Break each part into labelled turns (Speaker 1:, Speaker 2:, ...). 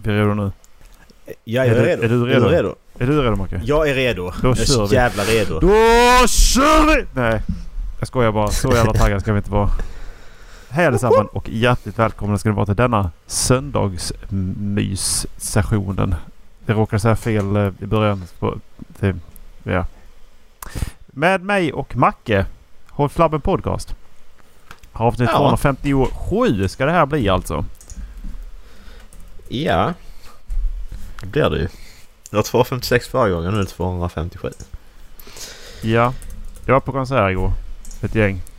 Speaker 1: perioden nu?
Speaker 2: Jag är redo.
Speaker 1: Är du redo? Är du redo, Macke?
Speaker 2: Jag är redo.
Speaker 1: Då
Speaker 2: jag är så jävla redo.
Speaker 1: Då kör vi! Nej, jag skojar bara. Så jävla taggad ska vi inte vara. Hej allesammans och hjärtligt välkomna ska ni vara till denna söndagsmys-sessionen. Jag råkade säga fel i början. Ja. Med mig och Macke. Håll Flabben Podcast. Avsnitt 257 ska det här bli alltså.
Speaker 2: Ja. Det blir det ju. Det var 256 förra gången, nu är det 257.
Speaker 1: Ja. Jag var på konsert igår. Ett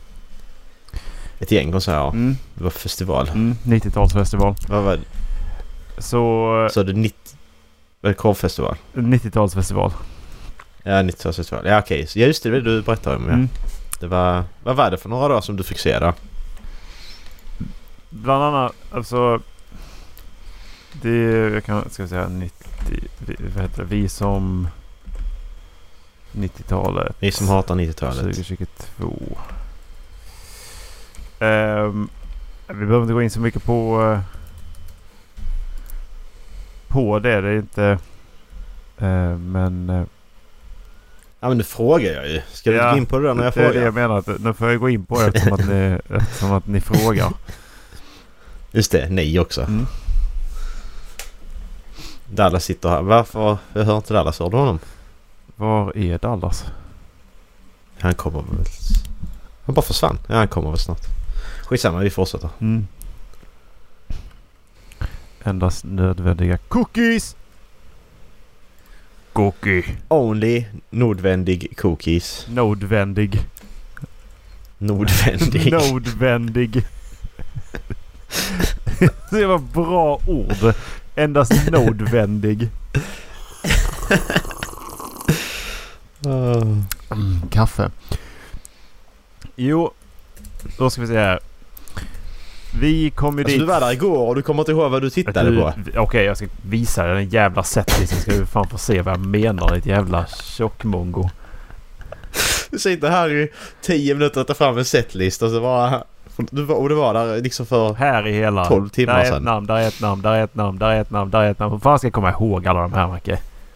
Speaker 1: gäng konserter.
Speaker 2: Mm. Det var festival.
Speaker 1: 90-talsfestival.
Speaker 2: Vad var det? Så det 90... Var det korvfestival?
Speaker 1: 90-talsfestival.
Speaker 2: Ja, 90-talsfestival. Ja, okej. Så just det du berättade om. Ja. Det var... Vad var det för några dagar som du fick se då?
Speaker 1: Bland annat, alltså... Det ska säga 90... Vad heter det? Vi som... 90-talet.
Speaker 2: Vi som hatar 90-talet.
Speaker 1: 2022. Vi behöver inte gå in så mycket på det. Det är inte... men...
Speaker 2: Ja, men nu frågar jag ju. Ska du gå in på det där när jag frågar?
Speaker 1: Det är det jag menar. Att nu får jag gå in på det eftersom att ni frågar.
Speaker 2: Just det, ni också. Dallas sitter här. Varför? Jag hör inte Dallas. Hör du honom?
Speaker 1: Var är Dallas?
Speaker 2: Han kommer väl... Han bara försvann. Ja, han kommer väl snart. Skitsamma, vi fortsätter.
Speaker 1: Endast nödvändiga cookies. Cookie.
Speaker 2: Only nödvändig cookies.
Speaker 1: Nödvändig. Det var bra ord. Endast nödvändig. Kaffe. Jo, då ska vi se här. Vi kom ju dit.
Speaker 2: Du var där igår och du kommer inte ihåg vad du tittade på.
Speaker 1: Okej, jag ska visa dig den jävla setlisten. Ska du fan få se vad jag menar. Ett jävla tjockmongo.
Speaker 2: Du sitter här i 10 minuter och tar fram en setlist och så var det var där liksom för
Speaker 1: här i hela
Speaker 2: 12 timmar sedan.
Speaker 1: Där är ett namn. Hur fan ska jag komma ihåg alla de här, Macke?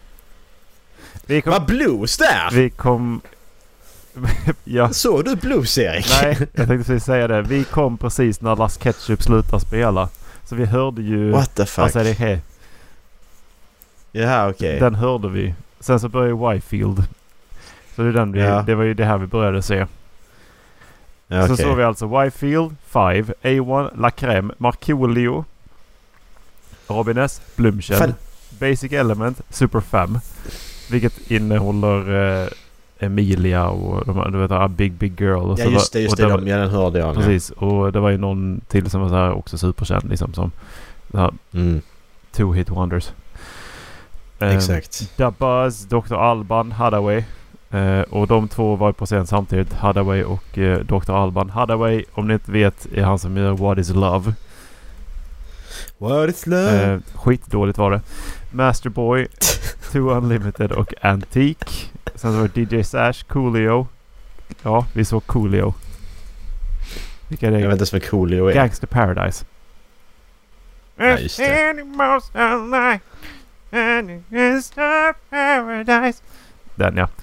Speaker 2: Vad blues där?
Speaker 1: Vi kom... ja.
Speaker 2: Såg du blues, Erik?
Speaker 1: Nej, jag tänkte precis säga det. Vi kom precis när Last Ketchup slutade spela. Så vi hörde ju...
Speaker 2: What the fuck?
Speaker 1: Alltså det här.
Speaker 2: Ja, okej.
Speaker 1: Den hörde vi. Sen så började Whitefield. Så det är den det var ju det här vi började se.
Speaker 2: Ja, okay.
Speaker 1: Så såg vi alltså Whitefield, 5, A1, La Crème, Markoolio, Robin S, Blümchen, Basic Element, Superfam. Vilket innehåller Emilia och du vet Big Girl. Och
Speaker 2: ja, just det. Den hörde jag.
Speaker 1: Precis, och det var ju någon till som var så här också superkänd liksom som så här, Two Hit Wonders.
Speaker 2: Exakt.
Speaker 1: Da Buzz, Dr. Alban, Hathaway. Och de två var på scen samtidigt. Hathaway och Dr. Alban. Hathaway, om ni inte vet, är han som gör What is Love.
Speaker 2: What is Love?
Speaker 1: Skitdåligt var det. Masterboy, Two Unlimited och Antique. Sen så var det DJ Sash, Coolio. Ja, vi såg Coolio. Vilka är det?
Speaker 2: Jag vet inte som är Coolio är.
Speaker 1: Gangster Paradise.
Speaker 2: Ja, just det.
Speaker 1: Den, ja.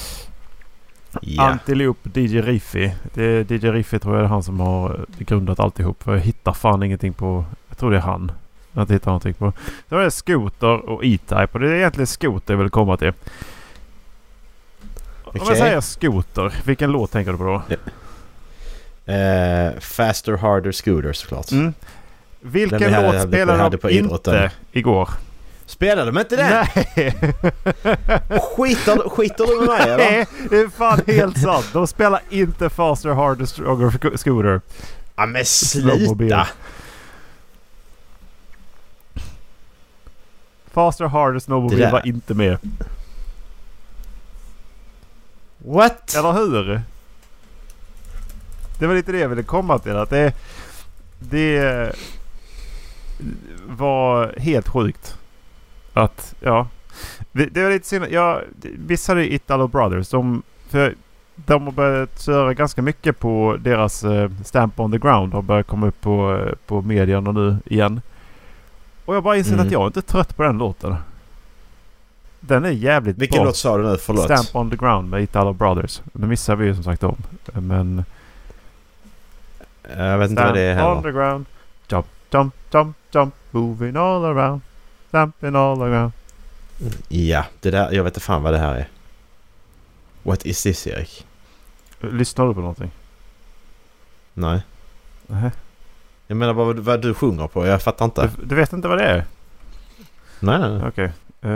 Speaker 1: Antilope, DJ Riffy. DJ Riffy tror jag är han som har grundat alltihop. För jag hittar fan ingenting på... Jag tror det är han. Jag inte hittar någonting på. Så är det Scooter och E-Type. Och det är egentligen Scooter jag vill komma till. Okay. Om jag säger Scooter, vilken låt tänker du på då?
Speaker 2: Faster, Harder, Scooter såklart.
Speaker 1: Vilken låt spelade de inte igår?
Speaker 2: Spelade de inte det?
Speaker 1: Nej.
Speaker 2: Skiter du med mig eller?
Speaker 1: Nej, det är fan helt sant. De spelar inte Faster, Harder, Stronger, Scooter.
Speaker 2: Ja, men sluta.
Speaker 1: Faster, Harder, Snowmobile var inte med.
Speaker 2: What?
Speaker 1: Eller hur? Det var lite det jag ville komma till. Att det var helt sjukt. Att, ja. Det var lite synd. Jag visade Italo Brothers. För de har börjat köra ganska mycket på deras Stamp on the Ground. Har börjat komma upp på medierna nu igen. Och jag bara insett att jag inte är trött på den låten. Den är jävligt
Speaker 2: Vilken
Speaker 1: bra.
Speaker 2: låt sa du nu? Förlåt.
Speaker 1: Stamp on the Ground med Italo Brothers. Det missar vi ju som sagt om. Men...
Speaker 2: Jag vet inte vad det är
Speaker 1: Stamp on
Speaker 2: heller.
Speaker 1: the ground. Jump, jump, jump, jump. Moving all around. Stamping all around.
Speaker 2: Ja, det där. Jag vet inte fan vad det här är. What is this, Erik?
Speaker 1: Lyssnar du på någonting?
Speaker 2: Nej.
Speaker 1: Nej.
Speaker 2: Jag menar vad du sjunger på. Jag fattar inte.
Speaker 1: Du vet inte vad det är?
Speaker 2: Nej.
Speaker 1: Okej.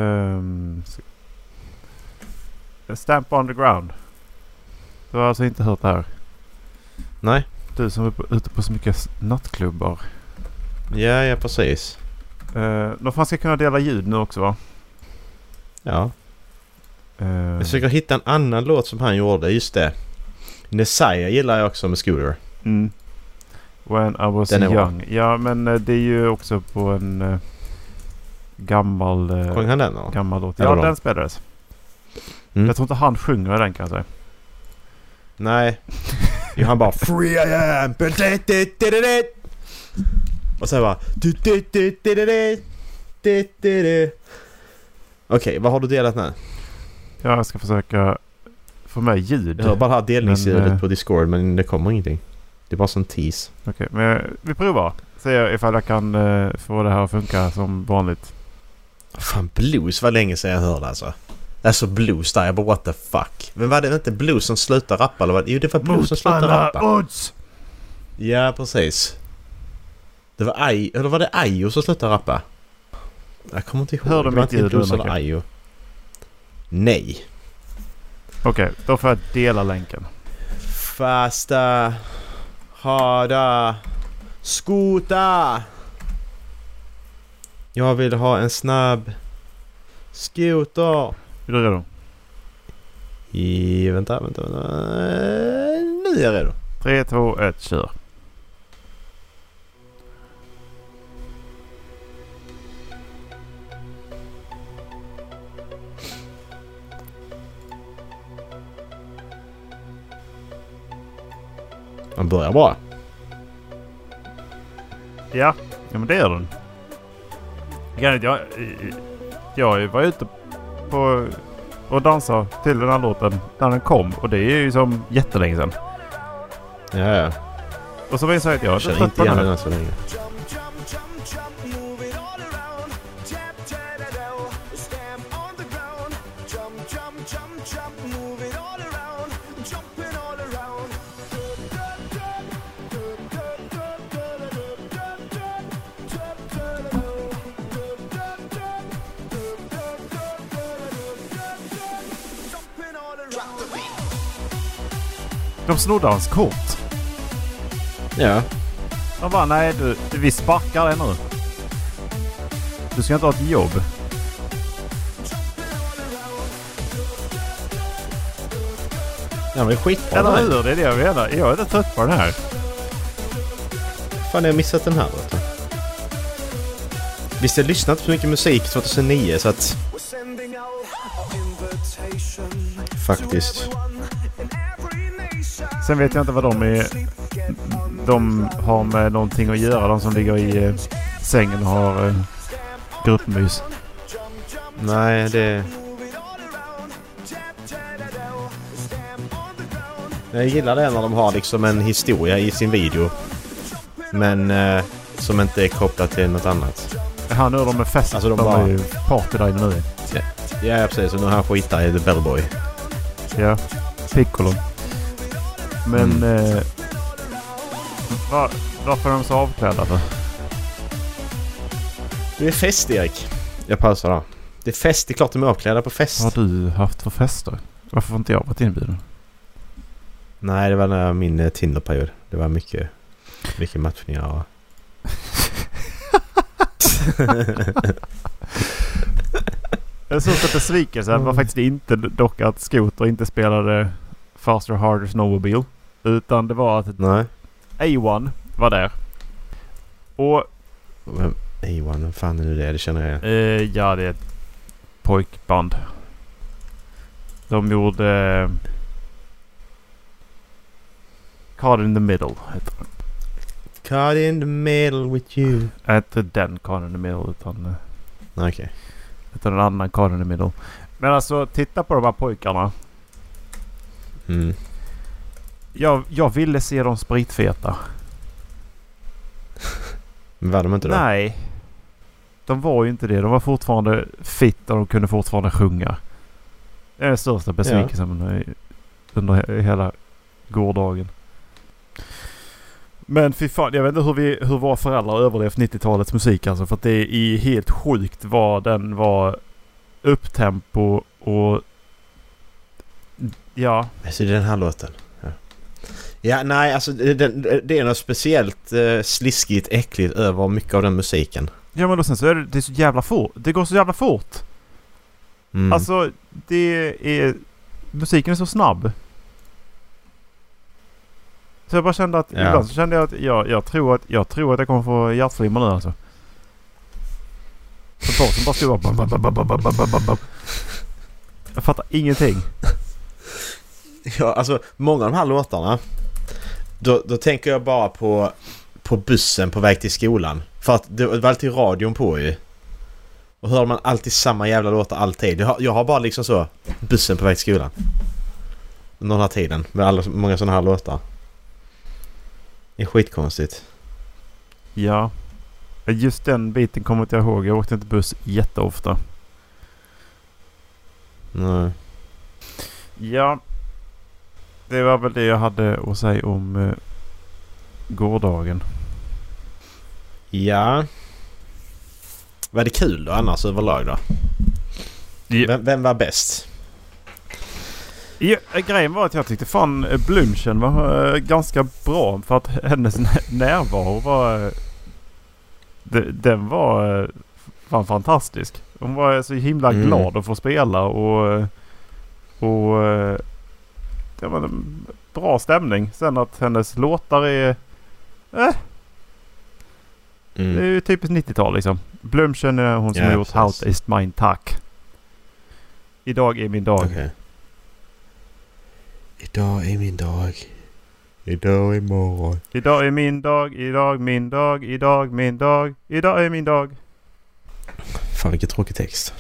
Speaker 1: Stamp on the ground. Du har alltså inte hört det här?
Speaker 2: Nej.
Speaker 1: Du som är ute på så mycket nattklubbar.
Speaker 2: Ja, precis.
Speaker 1: De fan ska kunna dela ljud nu också, va?
Speaker 2: Ja. Jag försöker hitta en annan låt som han gjorde. Just det. Messiah gillar jag också med Scooter.
Speaker 1: Mm. When I was
Speaker 2: Den är
Speaker 1: young.
Speaker 2: bra.
Speaker 1: Ja, men det är ju också på en gammal
Speaker 2: Sjöng han den då?
Speaker 1: gammal låt.
Speaker 2: Eller
Speaker 1: Ja,
Speaker 2: då?
Speaker 1: den spelades.
Speaker 2: Mm.
Speaker 1: Jag tror inte han sjunger den, kan jag säga.
Speaker 2: Nej. Jo, han bara Free I am. Och så bara Okej, vad har du delat nu?
Speaker 1: Ja, jag ska försöka få med ljud.
Speaker 2: Jag hör bara det här delningsljudet
Speaker 1: Men,
Speaker 2: på Discord, men det kommer ingenting. Det är bara sån tease.
Speaker 1: Okej, men vi provar. Se ifall jag kan få det här att funka som vanligt.
Speaker 2: Fan, blues var länge sedan jag hörde alltså. Alltså blues där, jag bara what the fuck. Men var det inte blues som slutar rappa eller vad? Jo, det var blues som slutar rappa.
Speaker 1: Odds!
Speaker 2: Ja, precis. Det var eller var det Ayo som slutade rappa? Jag kommer inte ihåg.
Speaker 1: Hör du
Speaker 2: Det var
Speaker 1: mitt
Speaker 2: inte
Speaker 1: ljud,
Speaker 2: blues eller
Speaker 1: Macke?
Speaker 2: Ayo. Nej.
Speaker 1: Okej, då får jag dela länken.
Speaker 2: Fasta. Harda. Skota. Jag vill ha en snabb skoter.
Speaker 1: Är du redo?
Speaker 2: Vänta. Nu är jag redo.
Speaker 1: 3, 2, 1, kör.
Speaker 2: Man börjar bara.
Speaker 1: Ja, men det gör den. Jag var ute på och dansade till den här låten när den kom. Och det är ju som jättelänge sedan.
Speaker 2: Ja.
Speaker 1: Och så var jag så att jag
Speaker 2: Känner inte igen den så länge.
Speaker 1: De snodde hans kort.
Speaker 2: Ja.
Speaker 1: De bara, nej vi sparkar det nu. Du ska inte ha ett jobb.
Speaker 2: Ja, men det är skitbra.
Speaker 1: Eller hur? Det är det jag menar. Jag är inte trött på den här.
Speaker 2: Fan, jag har missat den här låten. Visst, jag lyssnade inte på så mycket musik 2009 så att... Faktiskt.
Speaker 1: Sen vet jag inte vad de har med någonting att göra. De som ligger i sängen och har gruppmys.
Speaker 2: Nej, det... Jag gillar det när de har liksom en historia i sin video. Men som inte är kopplad till något annat.
Speaker 1: Ja, nu är de med fest.
Speaker 2: Alltså
Speaker 1: de är ju party där inne nu.
Speaker 2: Ja, precis. Och nu har han skitar i The Bellboy.
Speaker 1: Ja, Piccolo. Men varför är de så avklädda då?
Speaker 2: Det är fest, Erik. Jag pausar då. Det är fest, det är klart de är avklädda på fest.
Speaker 1: Vad har du haft för fester? Varför får inte jag varit inbjuden?
Speaker 2: Nej, det var när min Tinder-period. Det var mycket matchningar och...
Speaker 1: Jag är så besvikelse. Det var faktiskt inte dock att Scooter inte spelade Faster, Harder, Snowmobile. Utan det var att
Speaker 2: Nej.
Speaker 1: A1 var där. Och...
Speaker 2: A1, vem fan är det? Det känner jag.
Speaker 1: Ja, det är ett pojkband. De gjorde... Caught in the Middle heter det.
Speaker 2: caught in the middle with you.
Speaker 1: Inte den Caught in the Middle utan...
Speaker 2: Okej.
Speaker 1: Utan en annan Caught in the Middle. Men alltså, titta på de här pojkarna.
Speaker 2: Mm.
Speaker 1: Jag ville se dem spritfeta.
Speaker 2: Men var de inte då?
Speaker 1: Nej. De var ju inte det. De var fortfarande fit och de kunde fortfarande sjunga. Det är den största besvikelsen under hela gårdagen. Men fy fan, jag vet inte hur våra föräldrar överlevt 90-talets musik alltså, för att det är helt sjukt vad den var upptempo och ja.
Speaker 2: Alltså det är den här låten. Ja, nej, alltså det är något speciellt sliskigt, äckligt över mycket av den musiken.
Speaker 1: Ja, men då sen så är det så jävla fort. Det går så jävla fort.
Speaker 2: Mm.
Speaker 1: Alltså, musiken är så snabb. Så jag bara kände att ibland så kände jag att jag tror att jag kommer få hjärtflimmer nu alltså. Så basen bara skriver. Jag fattar ingenting.
Speaker 2: Ja, alltså många av de här låtarna då tänker jag bara på bussen på väg till skolan. För att det var alltid radion på ju. Och hör man alltid samma jävla låtar alltid. Jag har bara liksom så bussen på väg till skolan. Någon här tiden med många sådana här låtar. Det är skitkonstigt.
Speaker 1: Ja. Just den biten kommer jag ihåg. Jag åkte inte buss jätteofta.
Speaker 2: Nej.
Speaker 1: Ja. Det var väl det jag hade att säga om gårdagen.
Speaker 2: Ja. Var det kul då annars överlag då?
Speaker 1: Ja.
Speaker 2: Vem var bäst?
Speaker 1: Ja, grejen var att jag tyckte fan Blümchen var ganska bra för att hennes närvaro var den var fan fantastisk. Hon var så himla glad att få spela och det var en bra stämning. Sen att hennes låtar är det är ju typiskt 90-tal liksom. Blümchen är hon som har gjort How is Mein Tag. Idag är min dag.
Speaker 2: Okay. Idag är min dag. Idag är morgon.
Speaker 1: Idag är min dag. Idag min dag. Idag min dag. Idag är min dag.
Speaker 2: Fan vilken tråkig text.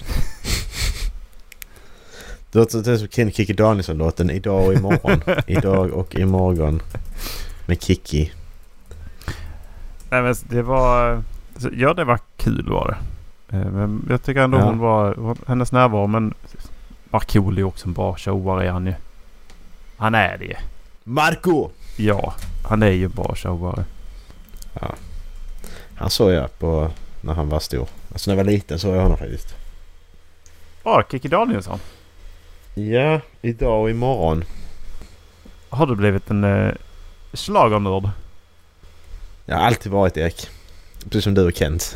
Speaker 2: Det låter som Kikki Danielsson-låten. Idag och imorgon. Idag och imorgon. Med Kikki. Nej
Speaker 1: men det var... Ja, det var kul var det. Men jag tycker ändå hon var... Hennes närvaro, men... Markoolio också en bra showare är han ju. Han är det.
Speaker 2: Marco!
Speaker 1: Ja, han är ju en bra showare.
Speaker 2: Ja. Han såg jag på när han var stor. Alltså när jag var liten såg jag honom faktiskt.
Speaker 1: Ja, Kikki Danielsson.
Speaker 2: Ja, idag och imorgon.
Speaker 1: Har du blivit en schlagernörd?
Speaker 2: Jag har alltid varit Erik. Precis som du och Kent.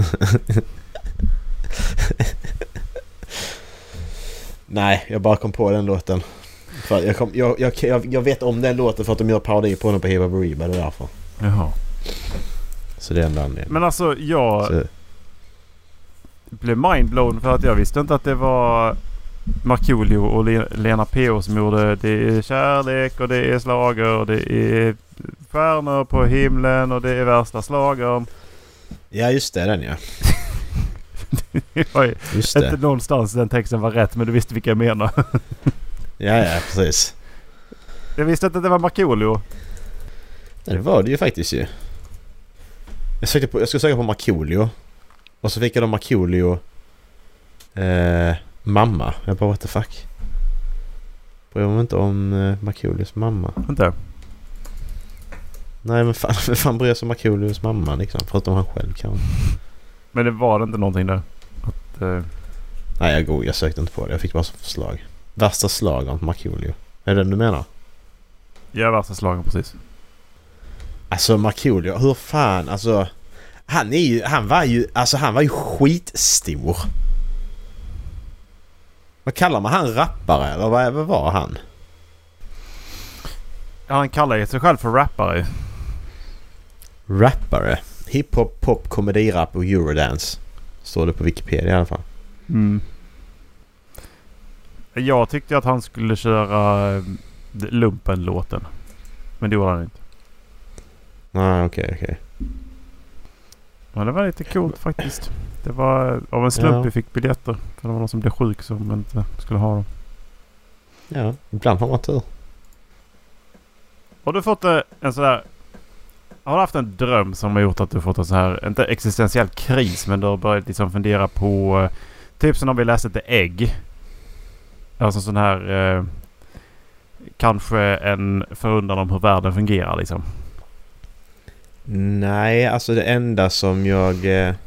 Speaker 2: Nej, jag bara kom på den låten. För jag vet om den låten för att de gör parodi på honom på Hiba Bariba. Det är därför.
Speaker 1: Jaha.
Speaker 2: Så det är en anledning.
Speaker 1: Men alltså, jag blev mindblown för att jag visste inte att det var Markoolio och Lena P.O. som gjorde Det är kärlek och det är slager och det är stjärnor på himlen och det är värsta slagern.
Speaker 2: Ja, just det, den ja.
Speaker 1: Just det. Inte någonstans den texten var rätt, men du visste vilka jag menar.
Speaker 2: Ja, precis.
Speaker 1: Jag visste inte att det var Markoolio.
Speaker 2: Nej, det var det ju faktiskt ju. Jag skulle söka på Markoolio. Och så fick jag då Markoolio mamma. Jag bara, what the fuck? Bryr mig inte om Markoolios mamma.
Speaker 1: Inte?
Speaker 2: Nej, men fan bryr sig om Markoolios mamma liksom. Förutom han själv kan.
Speaker 1: Men det var inte någonting där?
Speaker 2: Nej, jag sökte inte på det. Jag fick bara som förslag. Värsta slagen på Markoolio. Är det den du menar?
Speaker 1: Ja, värsta slagen, precis.
Speaker 2: Alltså Markoolio, hur fan, alltså han var ju skitstor. Vad kallar man han, rappare eller vad var han?
Speaker 1: Ja, han kallar ju sig själv för rappare.
Speaker 2: Rappare? Hiphop, pop, komedirap och eurodance. Står det på Wikipedia i alla fall.
Speaker 1: Mm. Jag tyckte att han skulle köra Lumpen-låten. Men det gjorde han inte.
Speaker 2: Nej, okej.
Speaker 1: Men det var lite coolt faktiskt. Det var av en slump vi fick biljetter. För det var någon som blev sjuk som inte skulle ha dem.
Speaker 2: Ja, ibland har man tur.
Speaker 1: Har du fått en sådär... Har du haft en dröm som har gjort att du fått en så här, inte existentiell kris, men du har börjat liksom fundera på typ som om vi läste The Egg. Alltså sån här kanske en förundran om hur världen fungerar liksom.
Speaker 2: Nej, alltså det enda som jag...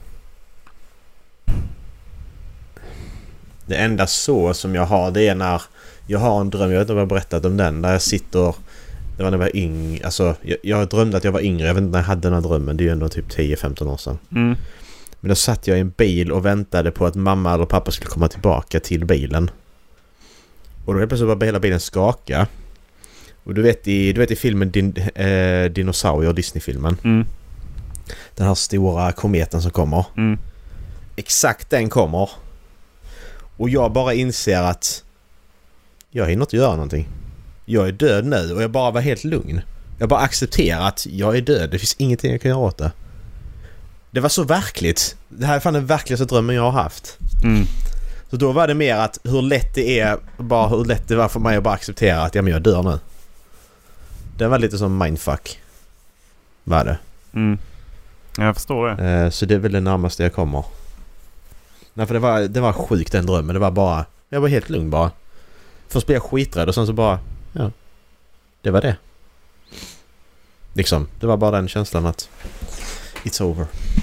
Speaker 2: Det enda som jag har, det är när jag har en dröm, jag vet inte om jag har berättat om den, där jag sitter... Det var när jag var yngre, alltså jag drömde att jag var yngre, jag vet inte när jag hade den här drömmen, det är ju ändå typ 10-15 år sedan.
Speaker 1: Mm.
Speaker 2: Men då satt jag i en bil och väntade på att mamma eller pappa skulle komma tillbaka till bilen. Och då helt plötsligt började hela bilen skaka. Och du vet i filmen Dinosaurier, Disney-filmen.
Speaker 1: Mm.
Speaker 2: Den här stora kometen som kommer.
Speaker 1: Mm.
Speaker 2: Exakt den kommer. Och jag bara inser att jag hinner inte göra någonting. Jag är död nu och jag bara var helt lugn. Jag bara accepterar att jag är död. Det finns ingenting jag kan göra åt det. Det var så verkligt. Det här är fan den verkligaste drömmen jag har haft.
Speaker 1: Mm.
Speaker 2: Så då var det mer att hur lätt det är, bara hur lätt det var för mig att bara acceptera att jag dör nu. Det var lite som mindfuck. Var det.
Speaker 1: Mm. Jag förstår det.
Speaker 2: Så det är väl det närmaste jag kommer. Nej, för det var sjukt den drömmen. Det var bara, jag var helt lugn bara. Först blev jag skiträdd och sen så bara, ja, det var det. Liksom, det var bara den känslan att it's over.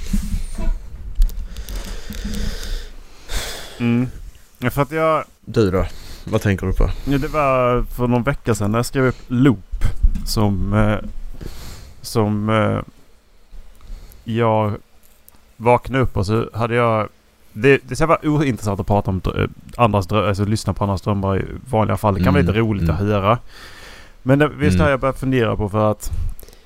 Speaker 1: Mm. För att jag...
Speaker 2: Du då? Vad tänker du på?
Speaker 1: Ja, det var för någon vecka sedan när jag skrev upp Loop som jag vaknade upp och så hade jag... Det var ointressant att prata om andras drömmar, alltså lyssna på andras drömmar i vanliga fall. Det kan vara lite roligt att höra. Men visst har jag börjat fundera på för att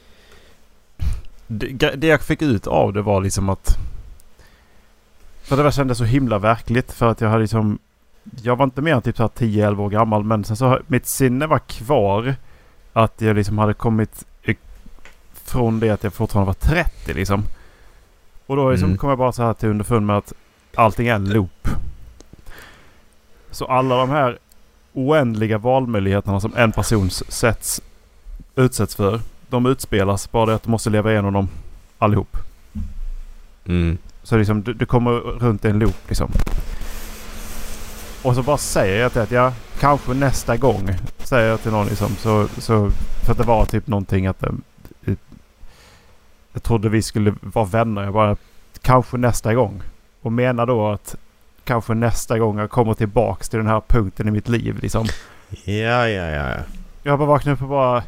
Speaker 1: det jag fick ut av det var liksom att för det kändes så himla verkligt för att jag hade liksom jag var inte mer än typ så här 10-11 år gammal, men sen så mitt sinne var kvar att jag liksom hade kommit från det att jag fortfarande var 30 liksom. Och då liksom kom jag bara så här till underfund med att allting är en loop. Så alla de här oändliga valmöjligheterna som en person utsätts för, de utspelas bara det att du måste leva igenom dem allihop. Så liksom du kommer runt i en loop liksom. Och så bara säger jag till att jag kanske nästa gång säger jag till någon liksom, så för att det var typ någonting att jag trodde vi skulle vara vänner. Jag bara kanske nästa gång. Och menar då att kanske nästa gång jag kommer tillbaks till den här punkten i mitt liv liksom.
Speaker 2: Ja.
Speaker 1: Jag bara vaknade upp och bara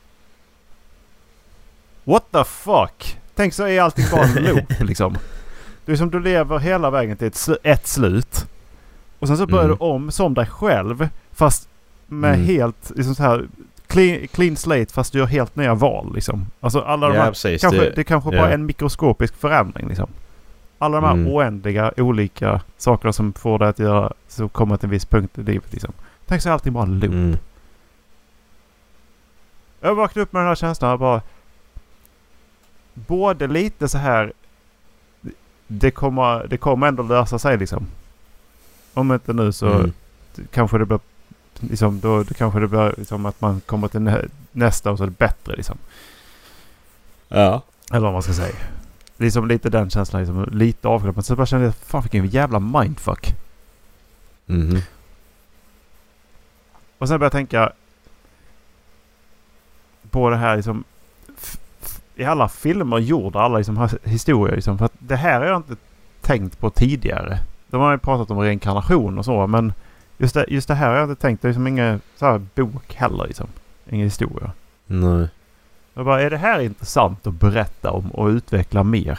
Speaker 1: what the fuck? Tänk så är allting bara en loop liksom. Det är som du lever hela vägen till ett slut. Och sen så börjar du om som dig själv fast med helt liksom så här clean slate fast du gör helt nya val liksom. Alltså alla de här
Speaker 2: precis,
Speaker 1: det kanske bara är en mikroskopisk förändring liksom. Alla de här oändliga olika sakerna som får dig att göra så kommer till en viss punkt i livet liksom. Tänk så är allting bara en loop. Jag vaknade upp med den här känslan bara både lite så här det kommer ändå lösa sig liksom. Om inte nu så kanske det blir liksom då kanske det blir liksom att man kommer till nästa och så är det bättre liksom.
Speaker 2: Ja.
Speaker 1: Eller vad man ska säga. Liksom lite den känslan liksom, lite avklappad. Men så bara kände jag fan vilken jävla mindfuck. Och sen började jag tänka på det här liksom i alla filmer gjorda alla liksom historier liksom, för att det här har jag inte tänkt på tidigare. De har ju pratat om reinkarnation och så, men just det här har jag inte tänkt. Det är liksom ingen så här bok heller liksom. Ingen historia.
Speaker 2: Nej.
Speaker 1: Jag bara, är det här intressant att berätta om och utveckla mer?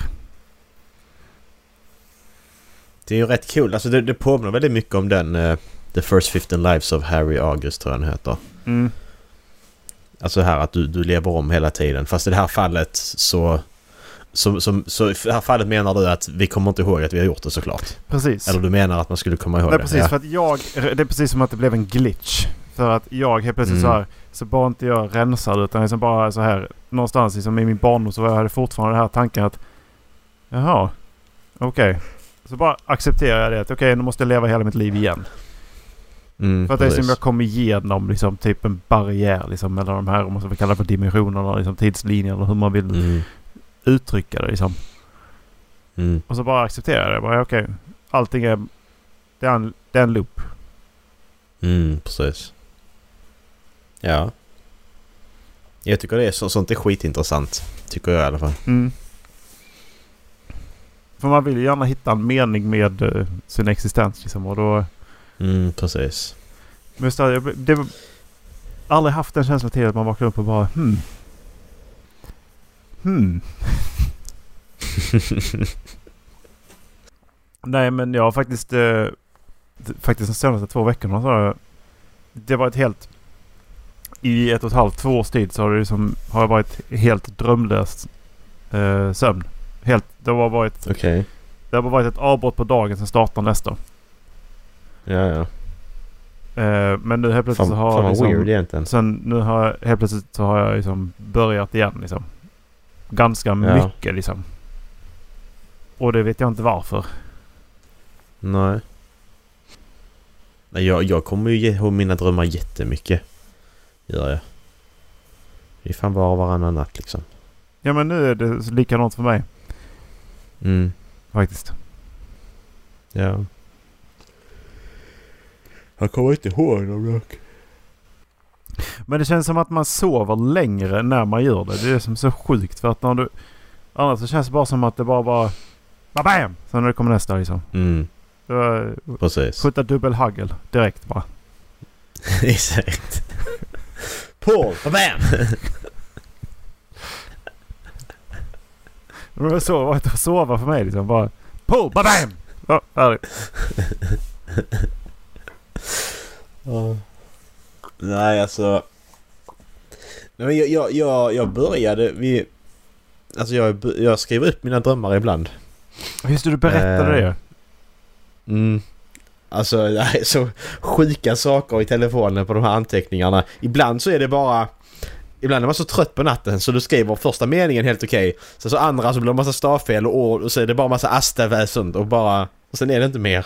Speaker 2: Det är ju rätt kul. Alltså det påminner väldigt mycket om den The First 15 Lives of Harry August tror jag den heter. Alltså här att du lever om hela tiden. Fast i det här fallet så i det här fallet menar du att vi kommer inte ihåg att vi har gjort det såklart.
Speaker 1: Precis.
Speaker 2: Eller du menar att man skulle komma ihåg
Speaker 1: det?
Speaker 2: Det.
Speaker 1: Precis, för att det är precis som att det blev en glitch. För att jag helt plötsligt så här, så bara inte jag rensade utan liksom bara så här någonstans liksom i min barndom så jag hade fortfarande den här tanken att Jaha. Okej. Så bara accepterar jag det. Okej, nu måste jag leva hela mitt liv igen. För att det är som jag kommer igenom liksom, typ en barriär liksom, mellan de här, om man ska kalla det för dimensionerna, liksom, tidslinjer eller hur man vill uttrycka det. Liksom. Och så bara accepterar jag det. Okej, allting är... Det är en loop.
Speaker 2: Precis. Ja. Jag tycker det är sånt är skitintressant. Tycker jag i alla fall.
Speaker 1: För man vill ju gärna hitta en mening med sin existens liksom, och då...
Speaker 2: precis.
Speaker 1: Men just det var aldrig haft en känsla till att man vaknar upp och bara Nej, men jag har faktiskt de senaste 2 veckorna så det var ett helt i 1,5-2 års tid så har det liksom, har jag varit helt drömlös sömn. Helt, det har varit det har varit ett avbrott på dagen sen startar nästa.
Speaker 2: Ja.
Speaker 1: Men nu helt plötsligt så har
Speaker 2: liksom, weird egentligen.
Speaker 1: Sen nu har helt plötsligt så har jag liksom börjat igen liksom. Ganska mycket liksom. Och det vet jag inte varför.
Speaker 2: Nej, jag kommer ju ge mina drömmar jättemycket. Gör jag. Det är fan bara varannan natt liksom.
Speaker 1: Ja, men nu är det likadant för mig. Faktiskt.
Speaker 2: Ja. Jag kommer inte ihåg någon rock.
Speaker 1: Men det känns som att man sover längre när man gör det. Det är som så sjukt. För att när du... Annars så känns det bara som att det bara... Bam! Sen när det kommer nästa liksom.
Speaker 2: Precis.
Speaker 1: Skjuta dubbelhagel direkt bara.
Speaker 2: Exakt. Paul! Bam!
Speaker 1: Det var så att sova för mig liksom. Bara... Paul! Bam! Ja, färdigt.
Speaker 2: Nej, alltså... Jag började... Alltså jag skriver upp mina drömmar ibland.
Speaker 1: Just det, du berättade det.
Speaker 2: Alltså, det är så sjuka saker i telefonen på de här anteckningarna. Ibland så är det bara... Ibland är man så trött på natten så du skriver första meningen helt okej. Så andra så blir det massa stavfel och ord och så är det bara massa astaväsend och bara... Och sen är det inte mer.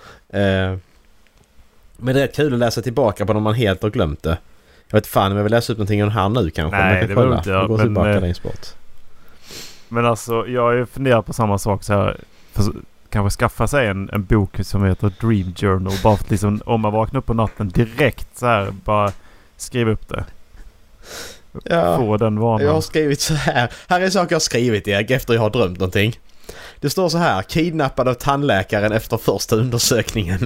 Speaker 2: Men det är rätt kul att läsa tillbaka på när man helt har glömt det. Jag vet fan om jag vill läsa upp någonting här nu kanske.
Speaker 1: Nej, det var inte jag.
Speaker 2: Gå tillbaka längst bort.
Speaker 1: Men alltså, jag har ju funderat på samma sak så här. Kanske skaffa sig en bok som heter Dream Journal. Bara för liksom, om man vaknar upp på natten direkt så här, bara skriva upp det.
Speaker 2: Ja,
Speaker 1: få den vanan.
Speaker 2: Jag har skrivit så här. Här är saker jag har skrivit efter jag har drömt någonting. Det står så här: kidnappad av tandläkaren efter första undersökningen.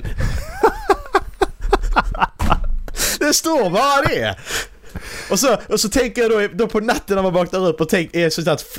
Speaker 2: Det står bara det. Och så tänker jag då på natten när man vaknar upp och är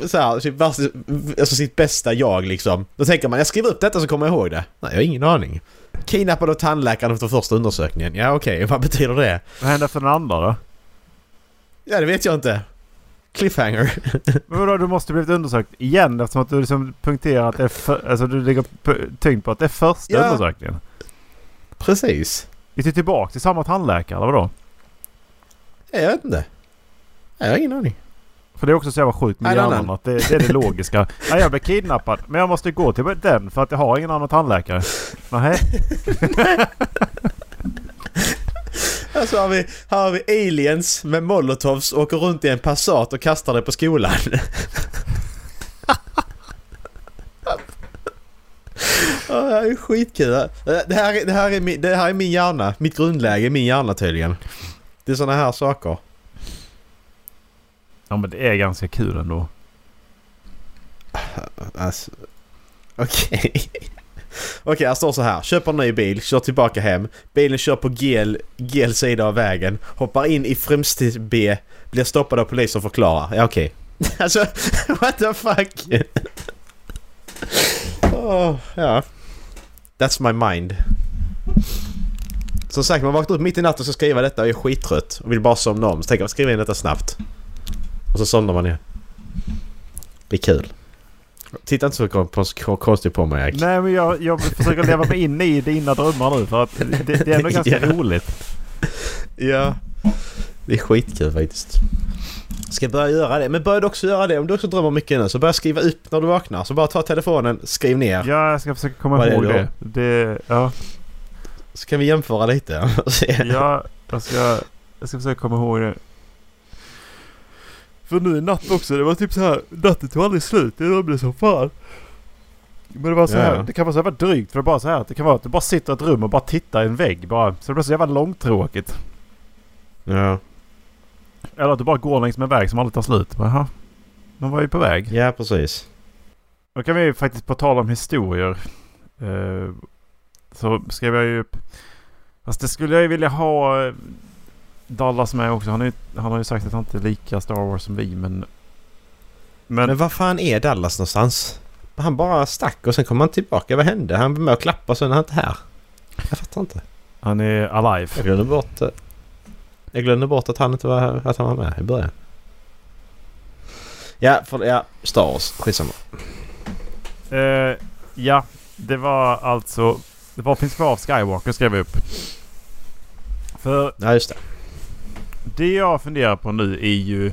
Speaker 2: sitt bästa jag liksom. Då tänker man, jag skriver upp detta så kommer jag ihåg det. Nej, jag har ingen aning. Kidnappad av tandläkaren efter första undersökningen. Ja, okej. Vad betyder det?
Speaker 1: Vad händer för den andra då?
Speaker 2: Ja, det vet jag inte. Cliffhanger.
Speaker 1: Men då, du måste blivit undersökt igen eftersom att du liksom punkterar att det är alltså du ligger tyngd på att det är första undersökningen.
Speaker 2: Precis.
Speaker 1: Vi är tillbaka till samma tandläkare, eller vadå?
Speaker 2: Jag vet inte. Jag har ingen aning.
Speaker 1: För det är också så jävla sjukt med hjärnan att det är det logiska. Ja, jag blir kidnappad, men jag måste gå till den för att jag har ingen annan tandläkare. Nej.
Speaker 2: Alltså har vi aliens med molotovs åker runt i en Passat och kastar det på skolan. Det är skitkul. Det här är min hjärna. Mitt grundläge, min hjärna tydligen. Det är såna här saker.
Speaker 1: Ja, men det är ganska kul ändå.
Speaker 2: Alltså, okej, här står så här: köper en ny bil, kör tillbaka hem. Bilen kör på gel sida av vägen. Hoppar in i främst B. Blir stoppad av polis och förklarar. Ja, okej. Alltså, what the fuck? Ja. That's my mind. Som sagt, man vaknar upp mitt i natten och ska skriva detta och är skittrött och vill bara somna om. Så tänker man, skriva in detta snabbt. Och så somnar man igen. Det är kul. Titta inte så konstigt på mig, Erik.
Speaker 1: Nej, men jag försöker leva mig in i dina drömmar nu för att det är ändå ganska roligt.
Speaker 2: Ja, det är skitkul faktiskt. Ska jag börja göra det? Men börja också göra det. Om du också drömmer mycket nu så börja skriva upp när du vaknar. Så bara ta telefonen, skriv ner.
Speaker 1: Ja, jag ska försöka komma ihåg det. Ja.
Speaker 2: Så kan vi jämföra lite.
Speaker 1: Ja, jag ska försöka komma ihåg det. För nu i natt också, det var typ så här, natten tog aldrig slut. Det blev så fan. Men det var så här, det kan vara så här drygt för det bara så här att det kan vara att du bara sitter i ett rum och bara tittar i en vägg bara. Så det blir så jävla långtråkigt.
Speaker 2: Ja.
Speaker 1: Eller att du bara går längs med en väg som aldrig tar slut. Jaha, man var ju på väg.
Speaker 2: Ja, precis.
Speaker 1: Då kan vi faktiskt på tal om historier. Så skrev jag ju upp. Fast det skulle jag ju vilja ha Dallas med också. Han har ju sagt att han inte är lika Star Wars som vi. Men
Speaker 2: vad fan är Dallas någonstans? Han bara stack och sen kom han tillbaka. Vad hände? Han var med och klappade och sen är han inte här. Jag fattar inte.
Speaker 1: Han är alive.
Speaker 2: Jag glömde bort att han inte var här, att han var med i början. Ja, Star Wars. Skitsamma.
Speaker 1: Ja, det var alltså... Vad finns kvar av Skywalker skrev jag upp. För...
Speaker 2: Ja, just det.
Speaker 1: Det jag funderar på nu är ju...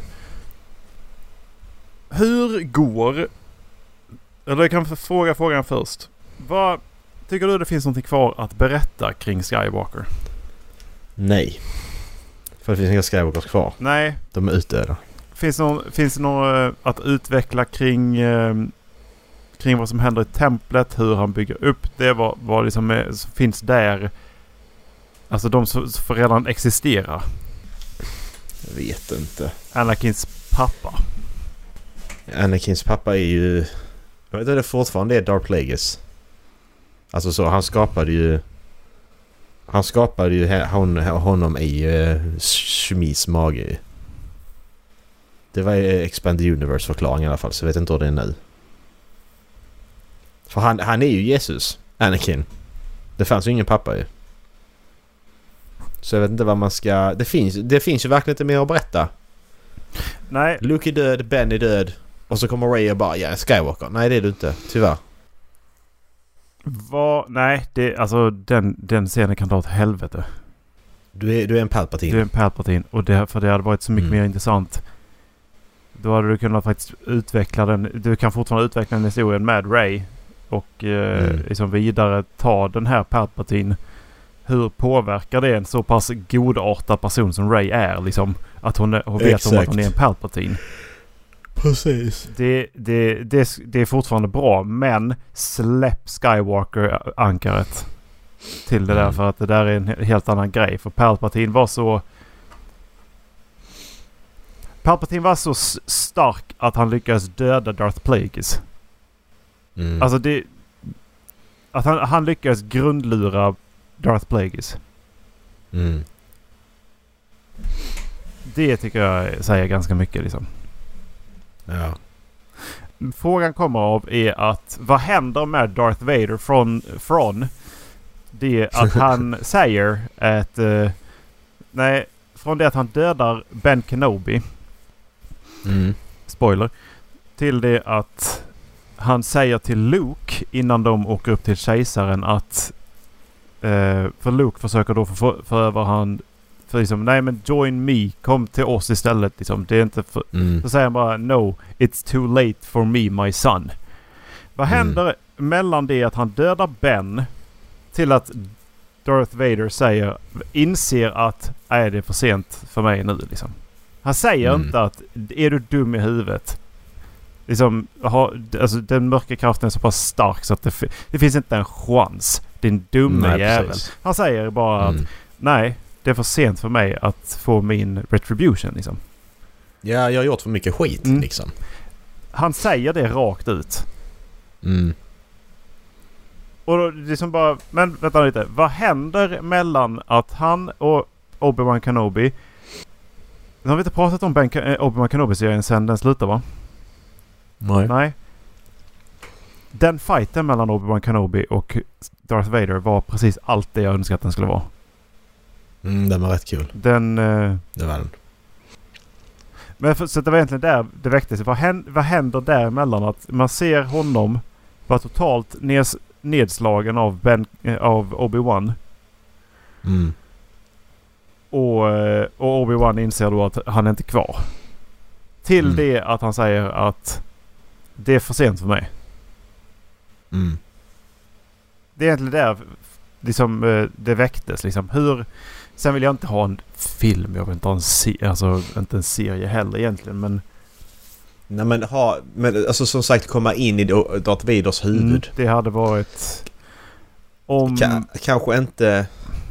Speaker 1: Hur går... Eller jag kan fråga frågan först. Vad tycker du det finns något kvar att berätta kring Skywalker?
Speaker 2: Nej. För det finns inga Skywalkers kvar.
Speaker 1: Nej.
Speaker 2: De är utdöda.
Speaker 1: Finns det något att utveckla kring vad som händer i templet? Hur han bygger upp det? Vad liksom finns där? Alltså de som får redan existera.
Speaker 2: Jag vet inte.
Speaker 1: Anakins pappa.
Speaker 2: Anakins pappa är ju... Jag vet inte, det fortfarande är Darth Plagueis. Alltså så, han skapade ju honom i Shemis mage. Det var Expanded Universe-förklaring i alla fall, så jag vet inte hur det är nu. För han är ju Jesus, Anakin. Det fanns ju ingen pappa ju. Så jag vet inte vad man ska... Det finns ju verkligen inte mer att berätta.
Speaker 1: Nej.
Speaker 2: Luke är död, Ben är död. Och så kommer Rey och bara, ja, Skywalker. Nej, det är du inte, tyvärr.
Speaker 1: Nej, alltså den scenen kan ta åt helvete.
Speaker 2: Du är en Palpatine.
Speaker 1: Du är en Palpatine. Och för det hade varit så mycket mer intressant. Då hade du kunnat faktiskt utveckla den. Du kan fortfarande utveckla den historien med Rey. Och liksom vidare ta den här Palpatine. Hur påverkar det en så pass godartad person som Rey är? Liksom, att hon vet om att hon är en Palpatine.
Speaker 2: Precis.
Speaker 1: Det är fortfarande bra, men släpp Skywalker-ankaret till det där, för att det där är en helt annan grej. För Palpatine var så stark att han lyckades döda Darth Plagueis. Alltså att han lyckades grundlura Darth Plagueis. Det tycker jag säger ganska mycket liksom.
Speaker 2: Ja.
Speaker 1: Frågan kommer av är att vad händer med Darth Vader från det att han säger att från det att han dödar Ben Kenobi, spoiler, till det att han säger till Luke innan de åker upp till kejsaren att för Luke försöker då få över han för liksom, nej men join me, kom till oss istället liksom. Det är inte för, så säger han bara no, it's too late for me my son. Vad händer mellan det att han dödar Ben till att Darth Vader inser att det är för sent för mig nu liksom. Han säger inte att är du dum i huvudet liksom, alltså den mörka kraften är så pass stark så att det finns inte en chans, din dumme jävel. Precis. Han säger bara att nej, det är för sent för mig att få min retribution liksom.
Speaker 2: Ja, jag har gjort för mycket skit liksom.
Speaker 1: Han säger det rakt ut. Och då, liksom bara, men vänta lite. Vad händer mellan att han och Obi-Wan Kenobi... Nu har vi inte pratat om Obi-Wan Kenobi-serien sen den slutar, va? Nej. Den fighten mellan Obi-Wan Kenobi och Darth Vader var precis allt det jag önskade att den skulle vara.
Speaker 2: Den var rätt kul.
Speaker 1: Det
Speaker 2: var den.
Speaker 1: Men så det var egentligen där det väcktes. Vad händer däremellan? Att man ser honom vara totalt nedslagen av Obi-Wan. Och Obi-Wan inser då att han är inte kvar. Till det att han säger att det är för sent för mig. Det är egentligen där liksom, det väcktes. Liksom. Sen vill jag inte ha en film. Jag vill inte ha inte en serie heller egentligen. Men
Speaker 2: nej, men alltså som sagt komma in i Darth Vaders huvud.
Speaker 1: Det hade varit
Speaker 2: kanske inte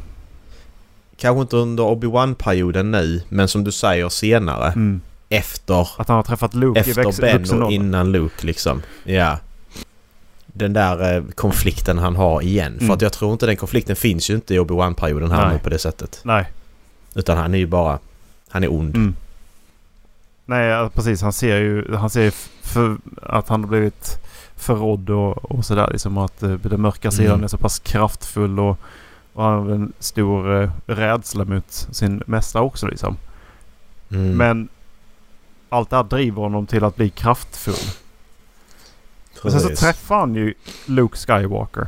Speaker 2: under Obi-Wan-perioden nu, men som du säger senare efter
Speaker 1: att han har träffat Luke
Speaker 2: efter Ben och innan Luke liksom. Ja. Den där konflikten han har igen. För att jag tror inte den konflikten finns ju inte i Obi-Wan-perioden här nu på det sättet.
Speaker 1: Nej.
Speaker 2: Utan han är ju bara han är ond.
Speaker 1: Nej, precis. Han ser ju att han har blivit förrådd och sådär. Liksom att den mörka sidan är så pass kraftfull och han har en stor rädsla mot sin mästare också liksom. Men allt det här driver honom till att bli kraftfull. Och sen så träffar han ju Luke Skywalker.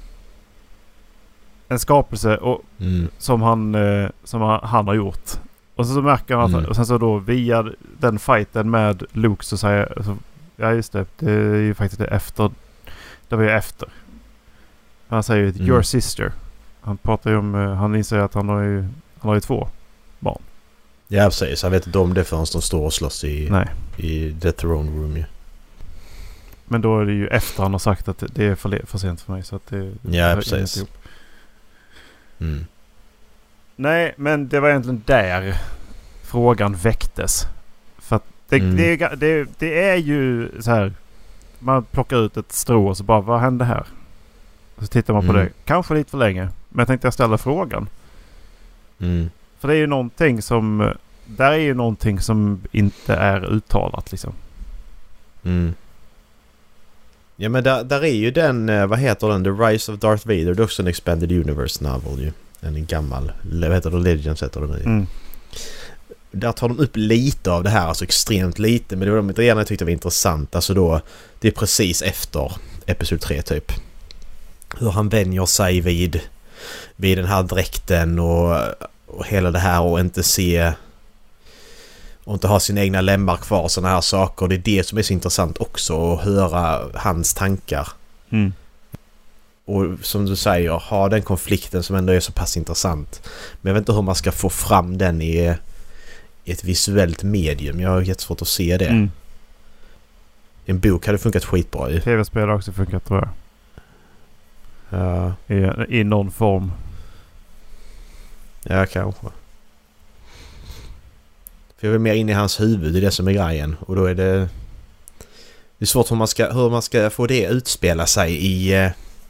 Speaker 1: En skapelse som han har gjort. Och så märker han att och sen så då via den fighten med Luke så säger ja just det är ju faktiskt det efter. Det var ju efter. Han säger ju your sister. Han pratar ju om han inser att han har ju 2 barn.
Speaker 2: Ja precis. Jag vet inte om det förrän de står och slåss i The Throne Room ju.
Speaker 1: Men då är det ju efter han har sagt att det är för sent för mig. Så att det
Speaker 2: precis.
Speaker 1: Nej, men det var egentligen där frågan väcktes. För att det är ju så här. Man plockar ut ett strå och så bara, vad hände här? Och så tittar man på det. Kanske lite för länge. Men jag tänkte jag ställa frågan. För det är ju någonting som där är ju någonting som inte är uttalat liksom.
Speaker 2: Ja men där är ju den, vad heter den? The Rise of Darth Vader. Det är också en Expanded Universe novel ju. En gammal, vad heter det? Legends heter det nu. Där tar de upp lite av det här, alltså extremt lite. Men det var de inte jag tyckte var intressant. Alltså då, det är precis efter Episod 3 typ. Hur han vänjer sig vid den här dräkten och hela det här och inte ha sina egna lemmar kvar, såna här saker. Det är det som är så intressant också, att höra hans tankar. Och som du säger, ha den konflikten som ändå är så pass intressant. Men jag vet inte hur man ska få fram den i ett visuellt medium. Jag har jättesvårt att se det. En bok hade funkat skitbra ju.
Speaker 1: TV-spel har också funkat, tror jag.
Speaker 2: Ja.
Speaker 1: I någon form.
Speaker 2: Ja, kanske. För jag vill mer in i hans huvud, det är det som är grejen. Och då är det svårt hur man ska få det utspela sig i...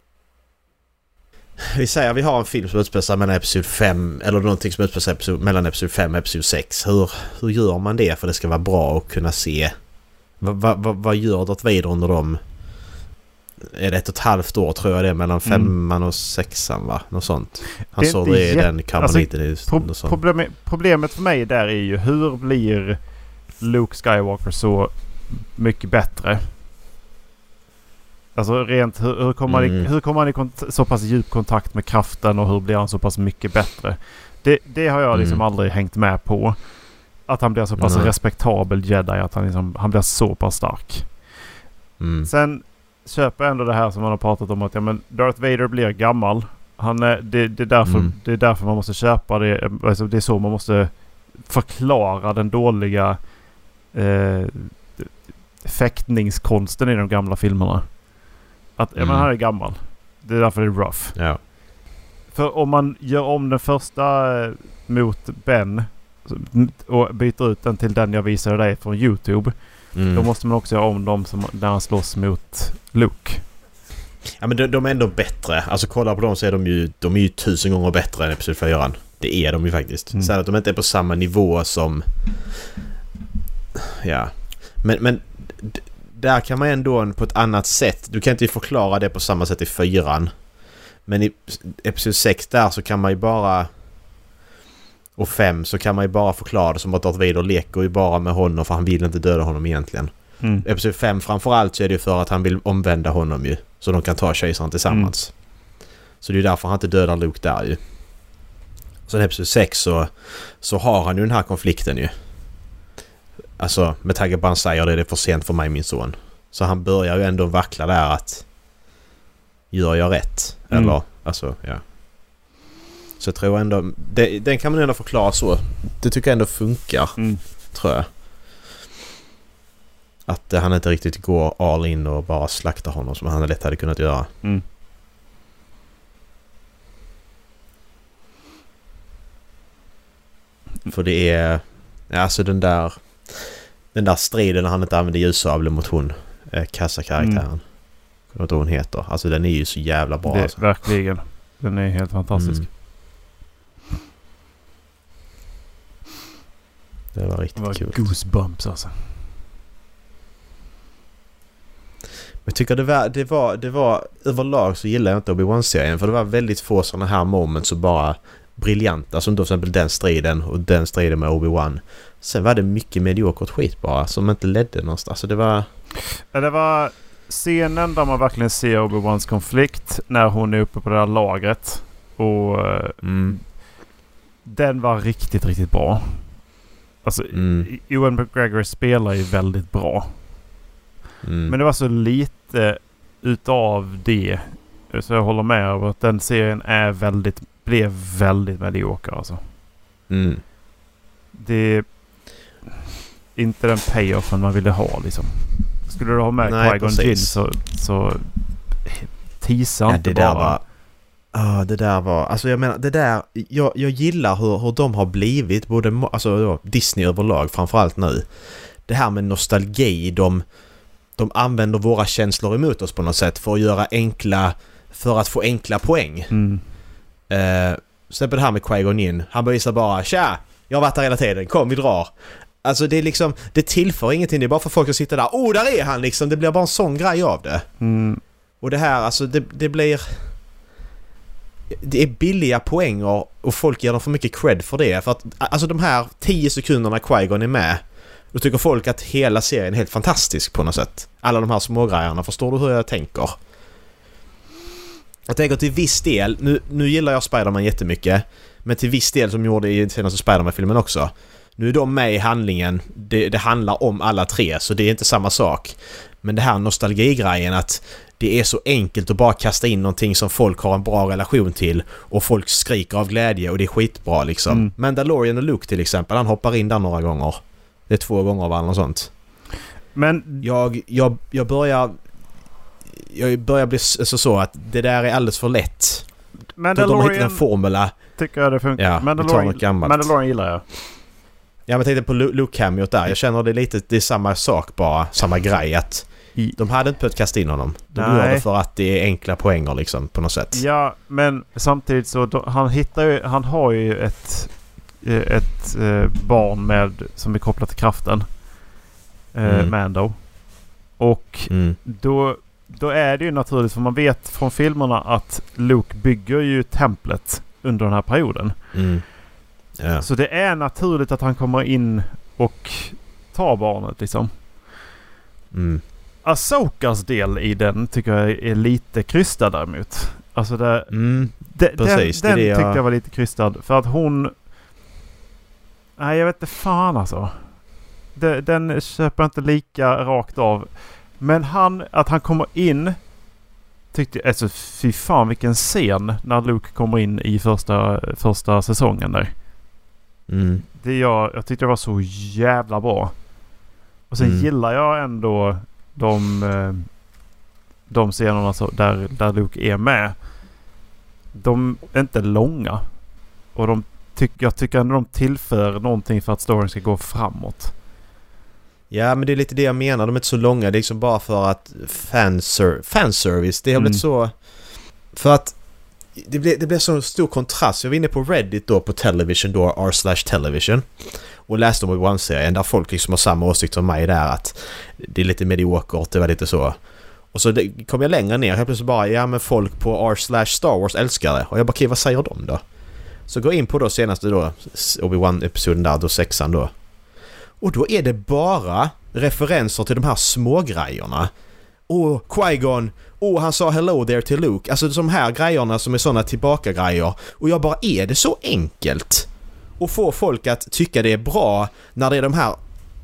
Speaker 2: Vi säger att vi har en film som utspelar sig mellan Episod 5 eller någonting som utspelar sig mellan Episod 5 och Episod 6. Hur gör man det för att det ska vara bra att kunna se? Vad gör Darth Vader under dem? Är det 1,5 år tror jag det är mellan 5:an och 6:an va? Något sånt. Han sa det i den karboniten.
Speaker 1: Problemet för mig där är ju hur blir Luke Skywalker så mycket bättre? Alltså rent hur kommer han i så pass djup kontakt med kraften och hur blir han så pass mycket bättre? Det har jag liksom aldrig hängt med på. Att han blir så pass respektabel Jedi, att han blir så pass stark. Sen köper jag ändå det här som man har pratat om, att Darth Vader blir gammal. Det är därför man måste köpa det. Alltså, det är så man måste förklara den dåliga fäktningskonsten i de gamla filmerna. Att han är gammal. Det är därför det är rough.
Speaker 2: Ja.
Speaker 1: För om man gör om den första mot Ben och byter ut den till den jag visade dig från YouTube, då måste man också göra om dem som när han slåss mot Luke.
Speaker 2: Ja, men de är ändå bättre. Alltså kolla på dem så är de är ju 1000 gånger bättre än Episod 4. Det är de ju faktiskt. Så att de inte är på samma nivå som... Ja. Men där kan man ändå på ett annat sätt... Du kan inte förklara det på samma sätt i 4. Men i Episod 6 där så kan man ju bara... Och 5 så kan man ju bara förklara det som att Darth Vader leker ju bara med honom, för han vill inte döda honom egentligen. Episod 5 framförallt så är det ju för att han vill omvända honom ju. Så de kan ta kejsaren tillsammans. Så det är därför han inte dödar Luke där ju. Sen Episod 6 så har han ju den här konflikten ju. alltså med tanke på han säger det är för sent för mig min son. Så han börjar ju ändå vackla där att gör jag rätt? Eller, alltså, ja. Så jag tror ändå, den kan man ändå förklara så. Det tycker jag ändå funkar, tror jag. Att han inte riktigt går all in och bara slaktar honom som han lätt hade kunnat göra. För det är, alltså den där striden när han inte använder ljussabeln mot hon kassakaraktären. Jag vet inte vad hon heter. Alltså den är ju så jävla bra. Alltså.
Speaker 1: Verkligen. Den är helt fantastisk.
Speaker 2: Det var riktigt kul.
Speaker 1: Goosebumps alltså.
Speaker 2: Men jag tycker det var överlag så gillar jag inte Obi-Wan-serien, för det var väldigt få sådana här moments och bara briljanta, som då till exempel den striden och den striden med Obi-Wan. Sen var det mycket mediokert skit bara som inte ledde någonstans. Alltså det var scenen där man verkligen ser Obi-Wans konflikt när hon är uppe på det där lagret och den var riktigt, riktigt bra. Alltså Ewan McGregor spelar ju väldigt bra. Men det var så lite utav det, så jag håller med om att den serien blev väldigt medioker alltså. Det är inte den payoffen man ville ha liksom. Skulle du ha med Qui-Gon Jinn så tisa inte bara. Det där var, alltså jag menar, det där, jag gillar hur de har blivit, både alltså Disney överlag framförallt nu. Det här med nostalgi, de använder våra känslor emot oss på något sätt för att få enkla poäng. Så det här med Qui-Gon Jinn, han bevisar bara, tja, jag har varit där hela tiden, kom vi drar. Alltså det är liksom, det tillför ingenting, det är bara för folk att sitta där, där är han liksom, det blir bara en sån grej av det. Och det här, alltså det blir, det är billiga poänger och folk ger dem för mycket cred för det, för att alltså de här 10 sekunderna Qui-Gon är med, då tycker folk att hela serien är helt fantastisk på något sätt. Alla de här små grejerna, förstår du hur jag tänker? Jag tänker till viss del, nu gillar jag Spider-Man jättemycket, men till viss del som gjorde i senaste Spider-Man-filmen också. Nu är de med i handlingen, det handlar om alla tre, så det är inte samma sak. Men det här nostalgigrejen, att det är så enkelt att bara kasta in någonting som folk har en bra relation till och folk skriker av glädje och det är skitbra liksom. Mandalorian och Luke till exempel, han hoppar in där några gånger. Det är 2 gånger av alla och sånt. Men jag börjar bli så att det där är alldeles för lätt.
Speaker 1: Mandalorian,
Speaker 2: de hittar en formula.
Speaker 1: Tycker jag det funkar.
Speaker 2: Ja,
Speaker 1: Mandalorian gillar jag.
Speaker 2: Ja, men tänkte på Luke Cameot där. Jag känner det är samma sak bara. Samma grej att de hade inte behövt kasta in honom. De gör det för att det är enkla poänger liksom på något sätt. Ja,
Speaker 1: men samtidigt så han har ju ett barn som är kopplat till kraften. Mando. Och då är det ju naturligt, för man vet från filmerna att Luke bygger ju templet under den här perioden. Yeah. Så det är naturligt att han kommer in och tar barnet liksom. Ahsokas del i den tycker jag är lite krystad däremot. Alltså den tyckte jag var lite krystad, för att hon, nej jag vet inte fan alltså. Den köper inte lika rakt av. Men att han kommer in tyckte jag, alltså fy fan vilken scen när Luke kommer in i första säsongen där. Jag tyckte det var så jävla bra. Och sen gillar jag ändå de scenerna där Luke är med. De är inte långa. Och jag tycker ändå de tillför någonting för att storyn ska gå framåt.
Speaker 2: Ja, men det är lite det jag menar. De är inte så långa. Det är liksom bara för att fanservice. Det har blivit så... För att det blev så stor kontrast. Jag var inne på Reddit då, på Television då, r/Television, och läste om Obi-Wan-serien där folk liksom har samma åsikt som mig där, att det är lite mediokert, det var lite så. Och så kom jag längre ner, helt plötsligt bara, ja men folk på r/Star Wars älskar det. Och jag bara, okej, vad säger de då? Så gå in på då senaste då Obi-Wan-episoden där, då 6:an då. Och då är det bara referenser till de här små grejerna. Qui-Gon, han sa hello there till Luke. Alltså de här grejerna som är såna tillbaka grejer. Och jag bara, är det så enkelt? Och få folk att tycka det är bra när det är de här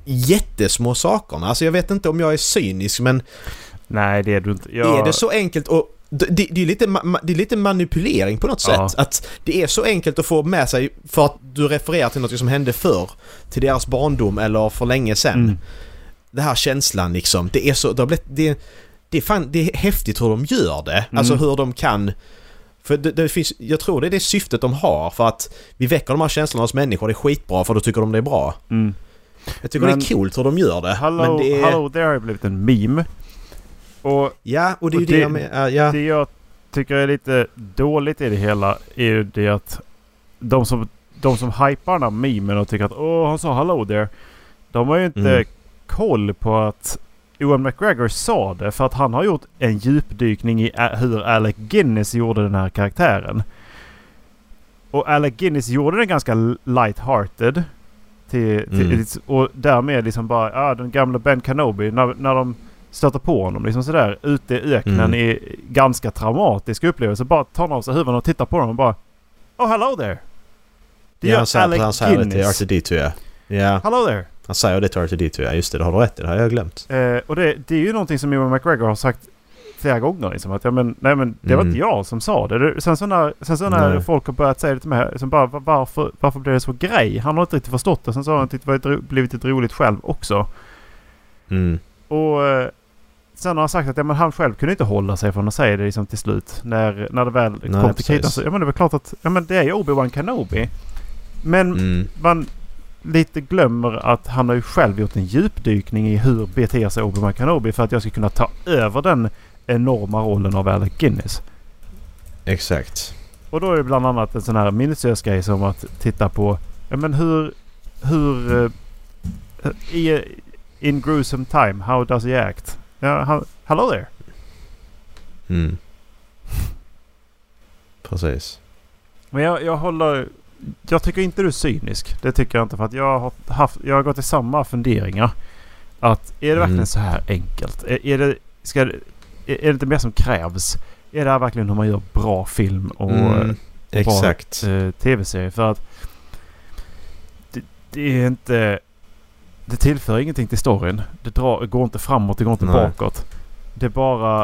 Speaker 2: jättesmå sakerna. Alltså jag vet inte om jag är cynisk, men
Speaker 1: nej, det är du inte.
Speaker 2: Är det så enkelt och det är lite manipulering på något sätt. Att det är så enkelt att få med sig för att du refererar till något som hände förr, till deras barndom eller för länge sedan. Det här känslan liksom. Det är så det är häftigt hur de gör det. Alltså hur de kan. För det finns, jag tror det är det syftet de har, för att vi väcker de här känslorna hos människor. Det är skitbra för då tycker de det är bra. Jag tycker det är coolt hur de gör det.
Speaker 1: Hello,
Speaker 2: men det är...
Speaker 1: Hello There har blivit en meme. Och
Speaker 2: det är ju
Speaker 1: det jag tycker är lite dåligt i det hela är ju det att de som hypar den här memen och tycker att han sa hello there, de har ju inte koll på att Ewan McGregor sa det, för att han har gjort en djupdykning i hur Alec Guinness gjorde den här karaktären. Och Alec Guinness gjorde den ganska light-hearted och därmed liksom bara den gamla Ben Kenobi när de stöter på honom liksom sådär ute i öknen i ganska traumatisk upplevelse, bara tar av sig huvudet och tittar på honom och bara hello there. Det gör Alec Guinness
Speaker 2: till R2D2, ja.
Speaker 1: Hello there.
Speaker 2: Han säger det till R2D2, ja just det har du rätt i, det har jag glömt.
Speaker 1: Och det är ju någonting som Ewan McGregor har sagt flera gånger liksom, att nej men det var inte jag som sa det. Sen så när folk har börjat säga det till mig som bara varför blev det så grej? Han har inte riktigt förstått det. Sen så har han blivit ett roligt själv också. Och sen har han sagt att han själv kunde inte hålla sig från att säga det liksom till slut när det väl kom till kritan. Så det är väl klart att det är ju Obi-Wan Kenobi. Men man lite glömmer att han har ju själv gjort en djupdykning i hur beter sig Obi-Wan Kenobi för att jag ska kunna ta över den enorma rollen av Alec Guinness.
Speaker 2: Exakt.
Speaker 1: Och då är det bland annat en sån här minutiös grej som att titta på hur in gruesome time, how does he act? Hello there.
Speaker 2: Precis.
Speaker 1: Men jag tycker inte du är cynisk. Det tycker jag inte, för att jag har gått i samma funderingar. Att är det verkligen så här enkelt? Är det inte mer som krävs? Är det här verkligen hur man gör bra film och bra tv-serie? För att det är inte... Det tillför ingenting till storyn. Det går inte framåt, det går inte bakåt. Det bara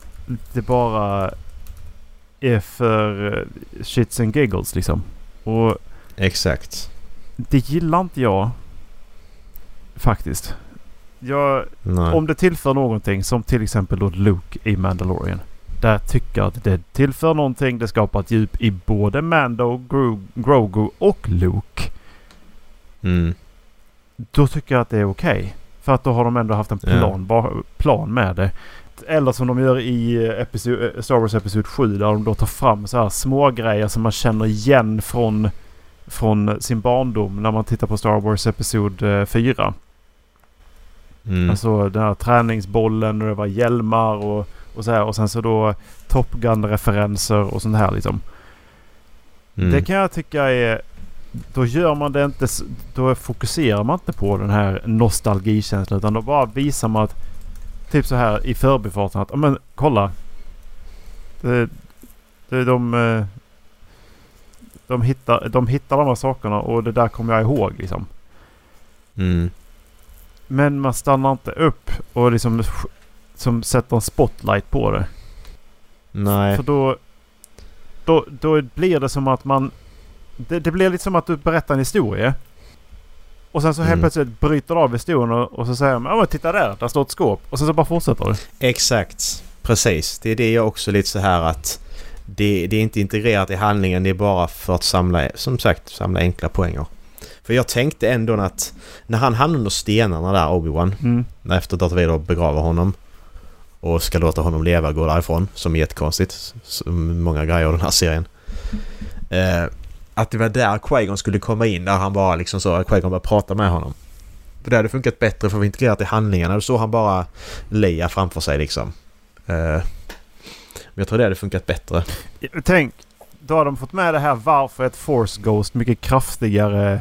Speaker 1: är för shits and giggles liksom. Och
Speaker 2: exakt.
Speaker 1: Det gillar inte jag faktiskt. Om det tillför någonting, som till exempel då Luke i Mandalorian, där tycker jag att det tillför någonting, det skapar ett djup i både Mando, Grogu och Luke. Då tycker jag att det är okej. För att då har de ändå haft en plan med det. Eller som de gör i Star Wars Episod 7, där de då tar fram så här små grejer som man känner igen från sin barndom när man tittar på Star Wars Episod 4. Alltså den här träningsbollen och det var hjälmar och så här, och sen så då Top Gun-referenser och sånt här liksom. Det kan jag tycka är... Då gör man det inte, då fokuserar man inte på den här nostalgikänslan, utan då bara visar man att typ så här i förbifarten att men kolla, de hittar de här sakerna och det där kommer jag ihåg liksom. Men man stannar inte upp och liksom som sätter en spotlight på det.
Speaker 2: Nej.
Speaker 1: För då blir det som att man det blir lite som att du berättar en historia och sen så helt plötsligt bryter du av historien och så säger man, titta där står ett skåp, och sen så bara fortsätter du.
Speaker 2: Exakt, precis. Det är det jag också lite så här att det är inte integrerat i handlingen, det är bara för att samla enkla poänger. För jag tänkte ändå att när han hamnar under stenarna där, Obi-Wan, efter Darth Vader begraver honom och ska låta honom leva och gå därifrån, som är jättekonstigt, som många grejer i den här serien, att det var där Qui-Gon skulle komma in, där han bara liksom så, Qui-Gon bara prata med honom. För det hade funkat bättre för att vi integrerat i handlingarna. Då såg han bara Leia framför sig liksom. Men jag tror det hade funkat bättre.
Speaker 1: Tänk, då har de fått med det här varför ett Force Ghost mycket kraftigare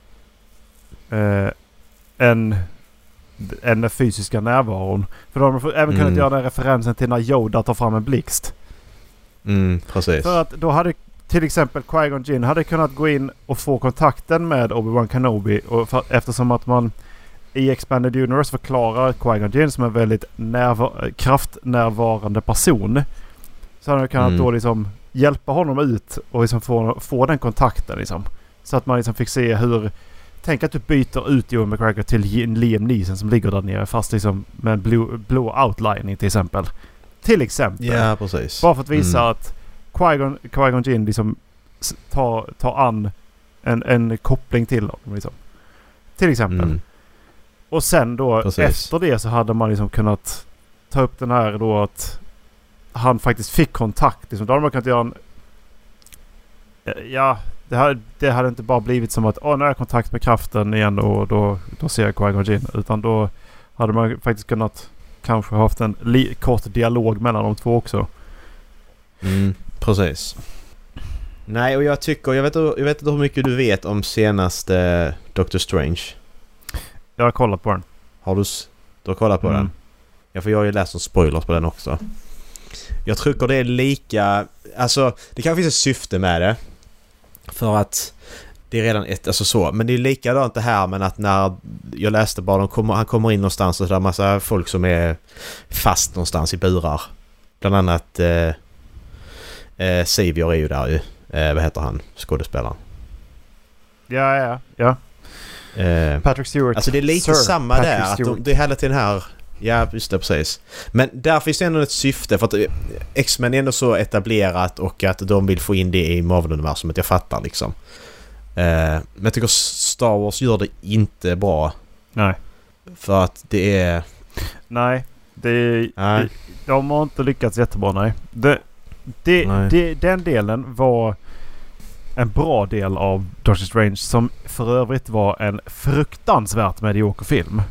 Speaker 1: än den fysiska närvaron. För då har de även kunnat göra den referensen till när Yoda tar fram en blixt.
Speaker 2: Precis.
Speaker 1: För att då hade till exempel Qui-Gon Jinn hade kunnat gå in och få kontakten med Obi-Wan Kenobi, och eftersom att man i Expanded Universe förklarar Qui-Gon Jinn som en väldigt kraftnärvarande person. Så hade jag kunnat då liksom hjälpa honom ut och liksom få den kontakten liksom. Så att man liksom fick se hur... Tänk att du byter ut Ewan McGregor till Liam Neeson som ligger där nere fast liksom med en blå outlining till exempel. Till exempel.
Speaker 2: Ja, precis.
Speaker 1: Bara för att visa att Qui-Gon Jinn liksom tar an en koppling till dem liksom. Till exempel. Och sen då efter det så hade man liksom kunnat ta upp den här då att han faktiskt fick kontakt. Liksom. Då hade man kunnat göra en... Ja, det hade inte bara blivit som att nu har jag kontakt med kraften igen och då ser jag Qui-Gon Jinn. Utan då hade man faktiskt kunnat kanske haft en kort dialog mellan de två också.
Speaker 2: Precis. Nej, och jag vet inte hur mycket du vet om senaste Doctor Strange.
Speaker 1: Jag har kollat på den.
Speaker 2: Du har kollat på den? Ja, för jag har ju läst om spoilers på den också. Jag tycker det är lika... Alltså, det kanske finns ett syfte med det. För att det är redan men det är likadant det här, men att när jag läste bara han kommer in någonstans och så är det massa folk som är fast någonstans i burar. Bland annat Xavier är ju där ju. Vad heter han? Skådespelaren.
Speaker 1: Ja. Patrick Stewart.
Speaker 2: Alltså det är lite samma Patrick där. Att det är hela tiden här... Ja, just det, precis. Men där finns det ändå ett syfte för att X-Men är ändå så etablerat och att de vill få in det i Marvel-universumet. Jag fattar liksom. Men jag tycker Star Wars gör det inte bra.
Speaker 1: Nej.
Speaker 2: För att det är...
Speaker 1: Nej. De har inte lyckats jättebra, nej. Den delen var en bra del av Doctor Strange som för övrigt var en fruktansvärt medioker film.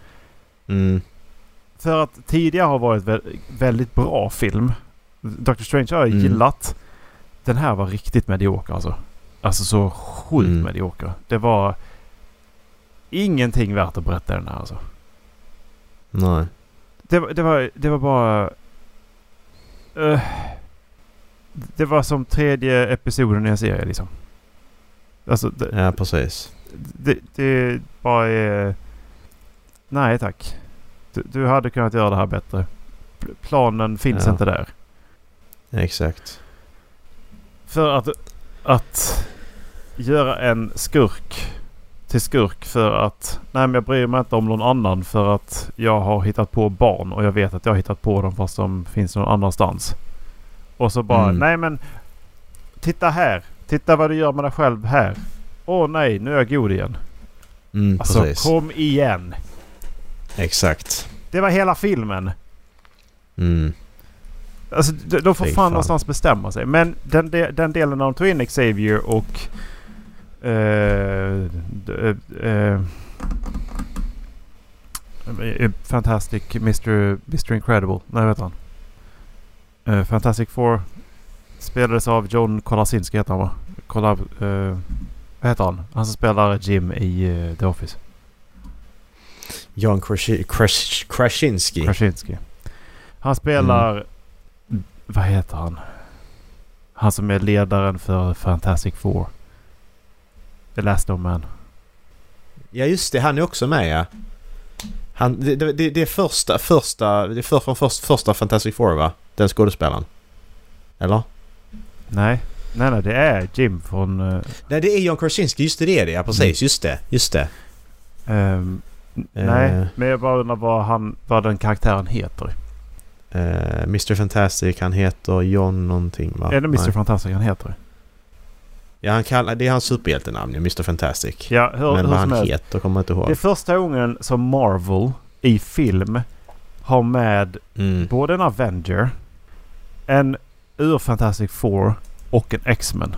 Speaker 1: För att tidigare har varit väldigt bra film. Doctor Strange har jag gillat. Den här var riktigt medioker alltså. Alltså så sjukt medioker. Det var ingenting värt att berätta den här alltså.
Speaker 2: Nej.
Speaker 1: Det var bara... det var som tredje episoden i en serie liksom. Alltså,
Speaker 2: ja, precis.
Speaker 1: Det bara är... Nej, tack. Du hade kunnat göra det här bättre. Planen finns inte där.
Speaker 2: Exakt.
Speaker 1: För att göra en skurk till skurk för att nej, men jag bryr mig inte om någon annan för att jag har hittat på barn och jag vet att jag har hittat på dem fast de finns någon annanstans. Och så bara, nej men titta här. Titta vad du gör med dig själv här. Nej, nu är jag god igen. Alltså,
Speaker 2: precis.
Speaker 1: Kom igen.
Speaker 2: Exakt.
Speaker 1: Det var hela filmen. Alltså, de får fan någonstans bestämma sig. Men den delen när de tog in Xavier och Fantastic Mr. Incredible. Nej, vet han. Fantastic Four spelades av John Krasinski heter han, va? Vad heter han? Han som spelar Jim i The Office.
Speaker 2: John Krasinski.
Speaker 1: Han spelar... Vad heter han? Han som är ledaren för Fantastic Four. The Last of Man.
Speaker 2: Ja, just det. Han är också med, ja. Det är första Fantastic Four, va? Den skådespelaren. Eller?
Speaker 1: Nej, det är Jim från...
Speaker 2: Nej, det är John Krasinski. Just det är det. Ja, precis. Just det.
Speaker 1: Nej, men jag bara undrar vad den karaktären heter.
Speaker 2: Mr. Fantastic, han heter John någonting, va?
Speaker 1: Är det Mr. Fantastic han heter?
Speaker 2: Ja, det är hans superhjältenamn, Mr. Fantastic.
Speaker 1: Ja,
Speaker 2: men vad han heter kommer jag inte ihåg.
Speaker 1: Det är första gången som Marvel i film har med både en Avenger, en ur Fantastic Four och en X-Men.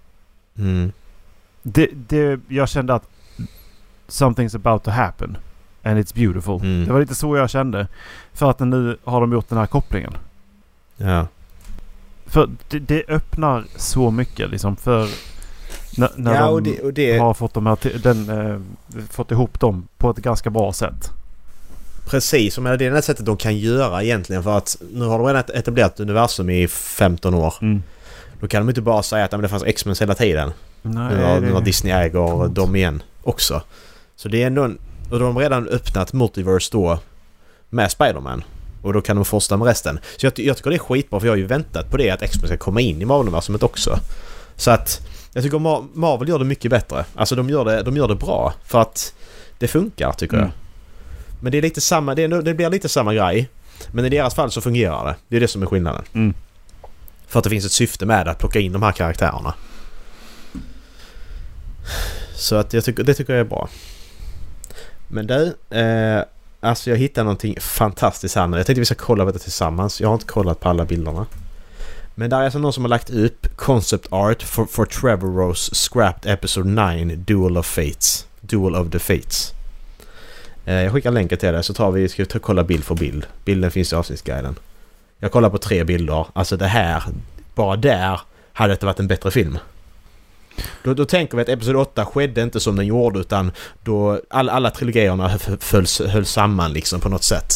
Speaker 1: Jag kände att something's about to happen and it's beautiful. Det var lite så jag kände. För att nu har de gjort den här kopplingen.
Speaker 2: Ja.
Speaker 1: För det öppnar så mycket liksom för när de har fått de här fått ihop dem på ett ganska bra sätt.
Speaker 2: Precis, men det är det sättet de kan göra egentligen, för att nu har de redan etablerat universum i 15 år. Då kan de inte bara säga att det fanns X-Men hela tiden.
Speaker 1: Nej,
Speaker 2: nu har Disney äger dem igen också. Så det är ändå Och de har redan öppnat Multiverse då med Spider-Man. Och då kan de forsta med resten. Så jag tycker det är skitbra, för jag har ju väntat på det att X-Men ska komma in i Marvel-universumet också. Så att jag tycker Marvel gör det mycket bättre. Alltså de gör det bra, för att det funkar, tycker jag. Men det är lite samma, det blir lite samma grej. Men i deras fall så fungerar det. Det är det som är skillnaden. För att det finns ett syfte med att plocka in de här karaktärerna. Så att det tycker jag är bra. Men alltså jag hittade någonting fantastiskt här nu. Jag tänkte vi ska kolla på det tillsammans. Jag har inte kollat på alla bilderna. Men där är alltså någon som har lagt upp concept art for Trevor Rose scrapped episode 9 Duel of the Fates. Jag skickar länken till det, så ska vi kolla bild för bild. Bilden finns i avsnittsguiden. Jag kollar på 3 bilder. Alltså det här, bara där hade det varit en bättre film. Då tänker vi att episod 8 skedde inte som den gjorde, utan då alla trilogierna höll samman liksom på något sätt.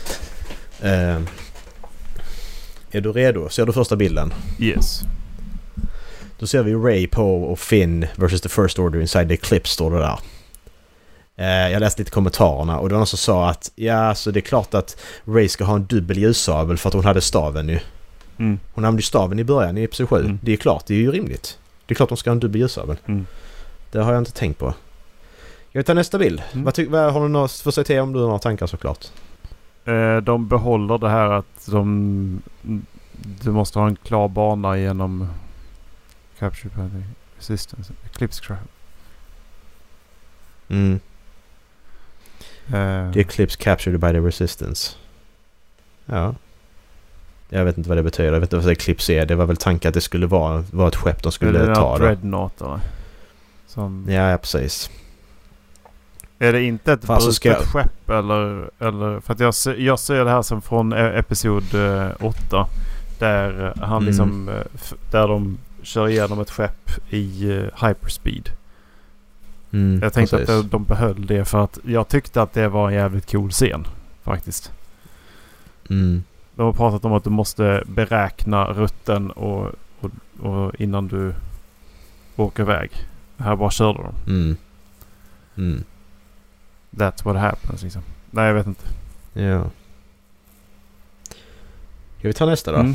Speaker 2: Är du redo? Ser du första bilden?
Speaker 1: Yes.
Speaker 2: Då ser vi Ray, Poe och Finn versus the First Order inside the Eclipse, står det där. Jag läste lite kommentarerna och det var någon som sa att så det är klart att Ray ska ha en dubbel ljussabel för att hon hade staven nu. Hon använde staven i början i episod 7. Det är klart, det är ju rimligt. Det är klart de ska ha en dubbel ljussabel. Det har jag inte tänkt på. Jag tar nästa bild. Vad har du något för sig till, om du har några tankar såklart?
Speaker 1: De behåller det här att du måste ha en klar bana genom Capture by the Resistance. Eclipse Crab.
Speaker 2: The Eclipse captured by the Resistance. Ja. Jag vet inte vad det betyder. Jag vet inte vad Eclipse är. Det var väl tanken att det skulle vara ett skepp de skulle ta.
Speaker 1: Dreadnought eller? Som...
Speaker 2: Ja, precis.
Speaker 1: Är det inte ett brutet skepp eller för att jag ser det här som från episod 8 där han liksom där de kör igenom ett skepp i hyperspeed. Jag tänkte att de behöll det för att jag tyckte att det var en jävligt cool scen faktiskt. De har pratat om att du måste beräkna rutten och innan du åker iväg. Här bara körde de. That's what happens liksom. Nej, jag vet inte.
Speaker 2: Ja. Ska vi ta nästa då?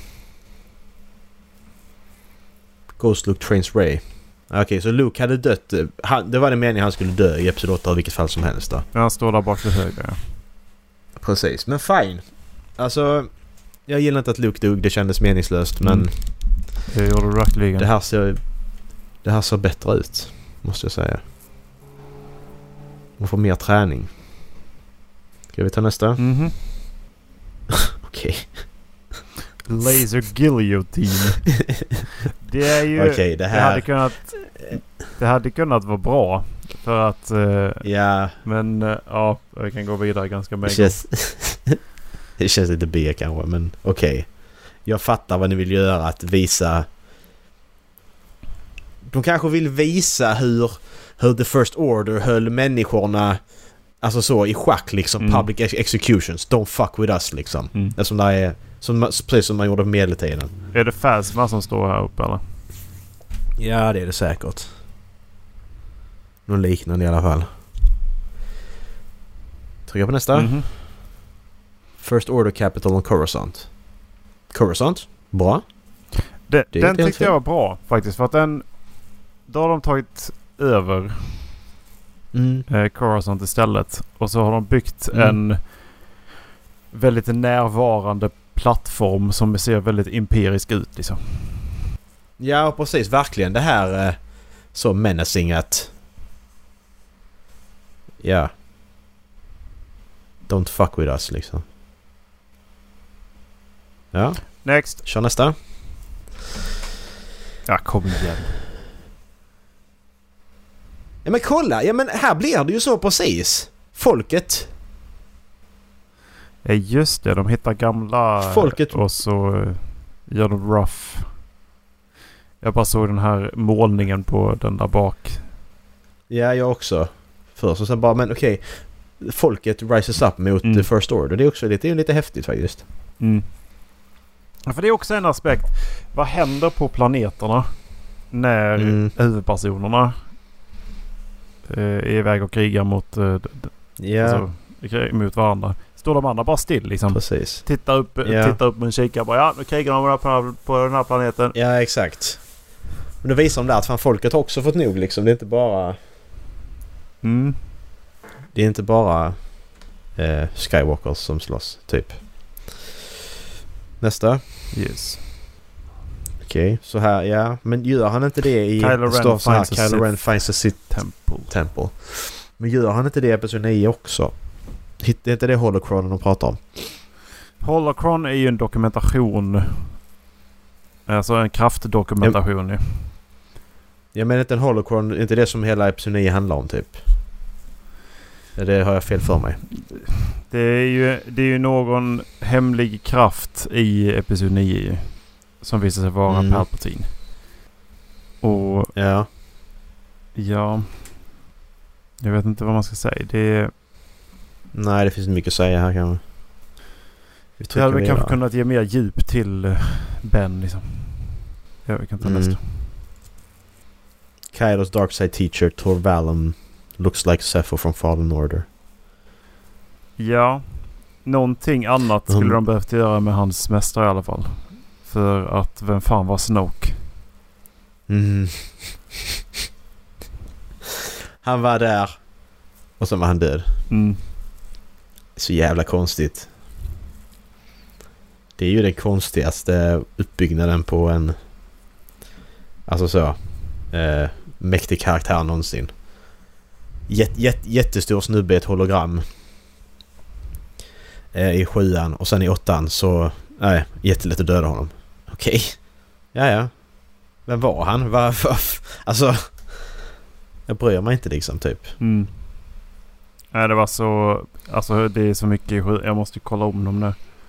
Speaker 2: Ghost Luke trains Ray. Okej, så Luke hade dött. Det var det meningen han skulle dö i episod 8 i vilket fall som helst då.
Speaker 1: Ja, han står där bak till höger. Ja.
Speaker 2: Precis, men fine. Alltså, jag gillar inte att Luke dog. Det kändes meningslöst, men
Speaker 1: det gjorde du verkligen.
Speaker 2: Det här ser bättre ut, måste jag säga. Man får mer träning. Ska vi ta nästa? Okej.
Speaker 1: Laser guillotine. Det är ju det hade kunnat vara bra för att men ja, jag kan gå vidare ganska mycket.
Speaker 2: Det känns lite B kanske, men okej. Jag fattar vad ni vill göra, att visa. De kanske vill visa hur The First Order höll människorna alltså så i schack liksom, public executions. Don't fuck with us liksom. Det är som det är precis som man gjorde på medeltiden.
Speaker 1: Är det Phasma som står här uppe eller?
Speaker 2: Ja, det är det säkert. Någon liknande i alla fall. Trycka på nästa. First Order Capital on Coruscant. Coruscant? Bra.
Speaker 1: Den tyckte jag var bra faktiskt, för att då har de tagit över Coruscant istället, och så har de byggt en väldigt närvarande plattform som ser väldigt empirisk ut liksom.
Speaker 2: Ja, precis, verkligen. Det här så menacing att don't fuck with us liksom. Ja.
Speaker 1: Next.
Speaker 2: Kör nästa.
Speaker 1: Ja, kom igen.
Speaker 2: Ja, men kolla. Ja, men här blir det ju så precis. Folket.
Speaker 1: Ja, just det. De hittar gamla
Speaker 2: folket
Speaker 1: och så gör de rough. Jag bara såg den här målningen på den där bak.
Speaker 2: Ja, jag också. Först och sen bara, men okej. Folket rises up mot the First Order. Det är också lite häftigt faktiskt.
Speaker 1: Ja, för det är också en aspekt. Vad händer på planeterna när huvudpersonerna är iväg och krigar mot Alltså, mot varandra. Står de andra bara still liksom.
Speaker 2: Precis.
Speaker 1: Tittar upp med en kikare. Bara, nu krigar de på den här planeten.
Speaker 2: Ja, exakt. Men då visar de där att fan, folket har också fått nog liksom. Det är inte bara... Det är inte bara Skywalkers som slåss, typ. Nästa.
Speaker 1: Yes.
Speaker 2: Okej, så här, ja. Men gör han inte det i...
Speaker 1: Kylo
Speaker 2: Ren finds a Sith temple. Men gör han inte det i Episod 9 också? Hittar inte det Holocronen de pratar om?
Speaker 1: Holocron är ju en dokumentation. Alltså en kraftdokumentation ju.
Speaker 2: Jag menar inte en Holocron, inte det som hela Episod 9 handlar om typ. Det har jag fel för mig.
Speaker 1: Det är ju någon hemlig kraft i Episod 9 som visar sig vara Palpatine. Och ja, jag vet inte vad man ska säga.
Speaker 2: Nej, det finns inte mycket att säga här kanske.
Speaker 1: Jag hade väl kanske kunnat ge mer djup till Ben liksom. Ja, vi kan ta nästa.
Speaker 2: Kylos dark side teacher Tor Valum looks like Sepho from Fallen Order.
Speaker 1: Ja, någonting annat skulle de behövt göra med hans mästare i alla fall. För att vem fan var Snoke?
Speaker 2: Han var där och så var han död. Så jävla konstigt. Det är ju den konstigaste uppbyggnaden på en mäktig karaktär någonsin. Jättestor snubbe i ett hologram i 7:an och sen i 8:an så jättelätt att döda honom. Okej. Ja. Vem var han? Alltså jag bryr mig inte liksom typ.
Speaker 1: Nej, det var så... Alltså det är så mycket... Jag måste kolla om dem nu.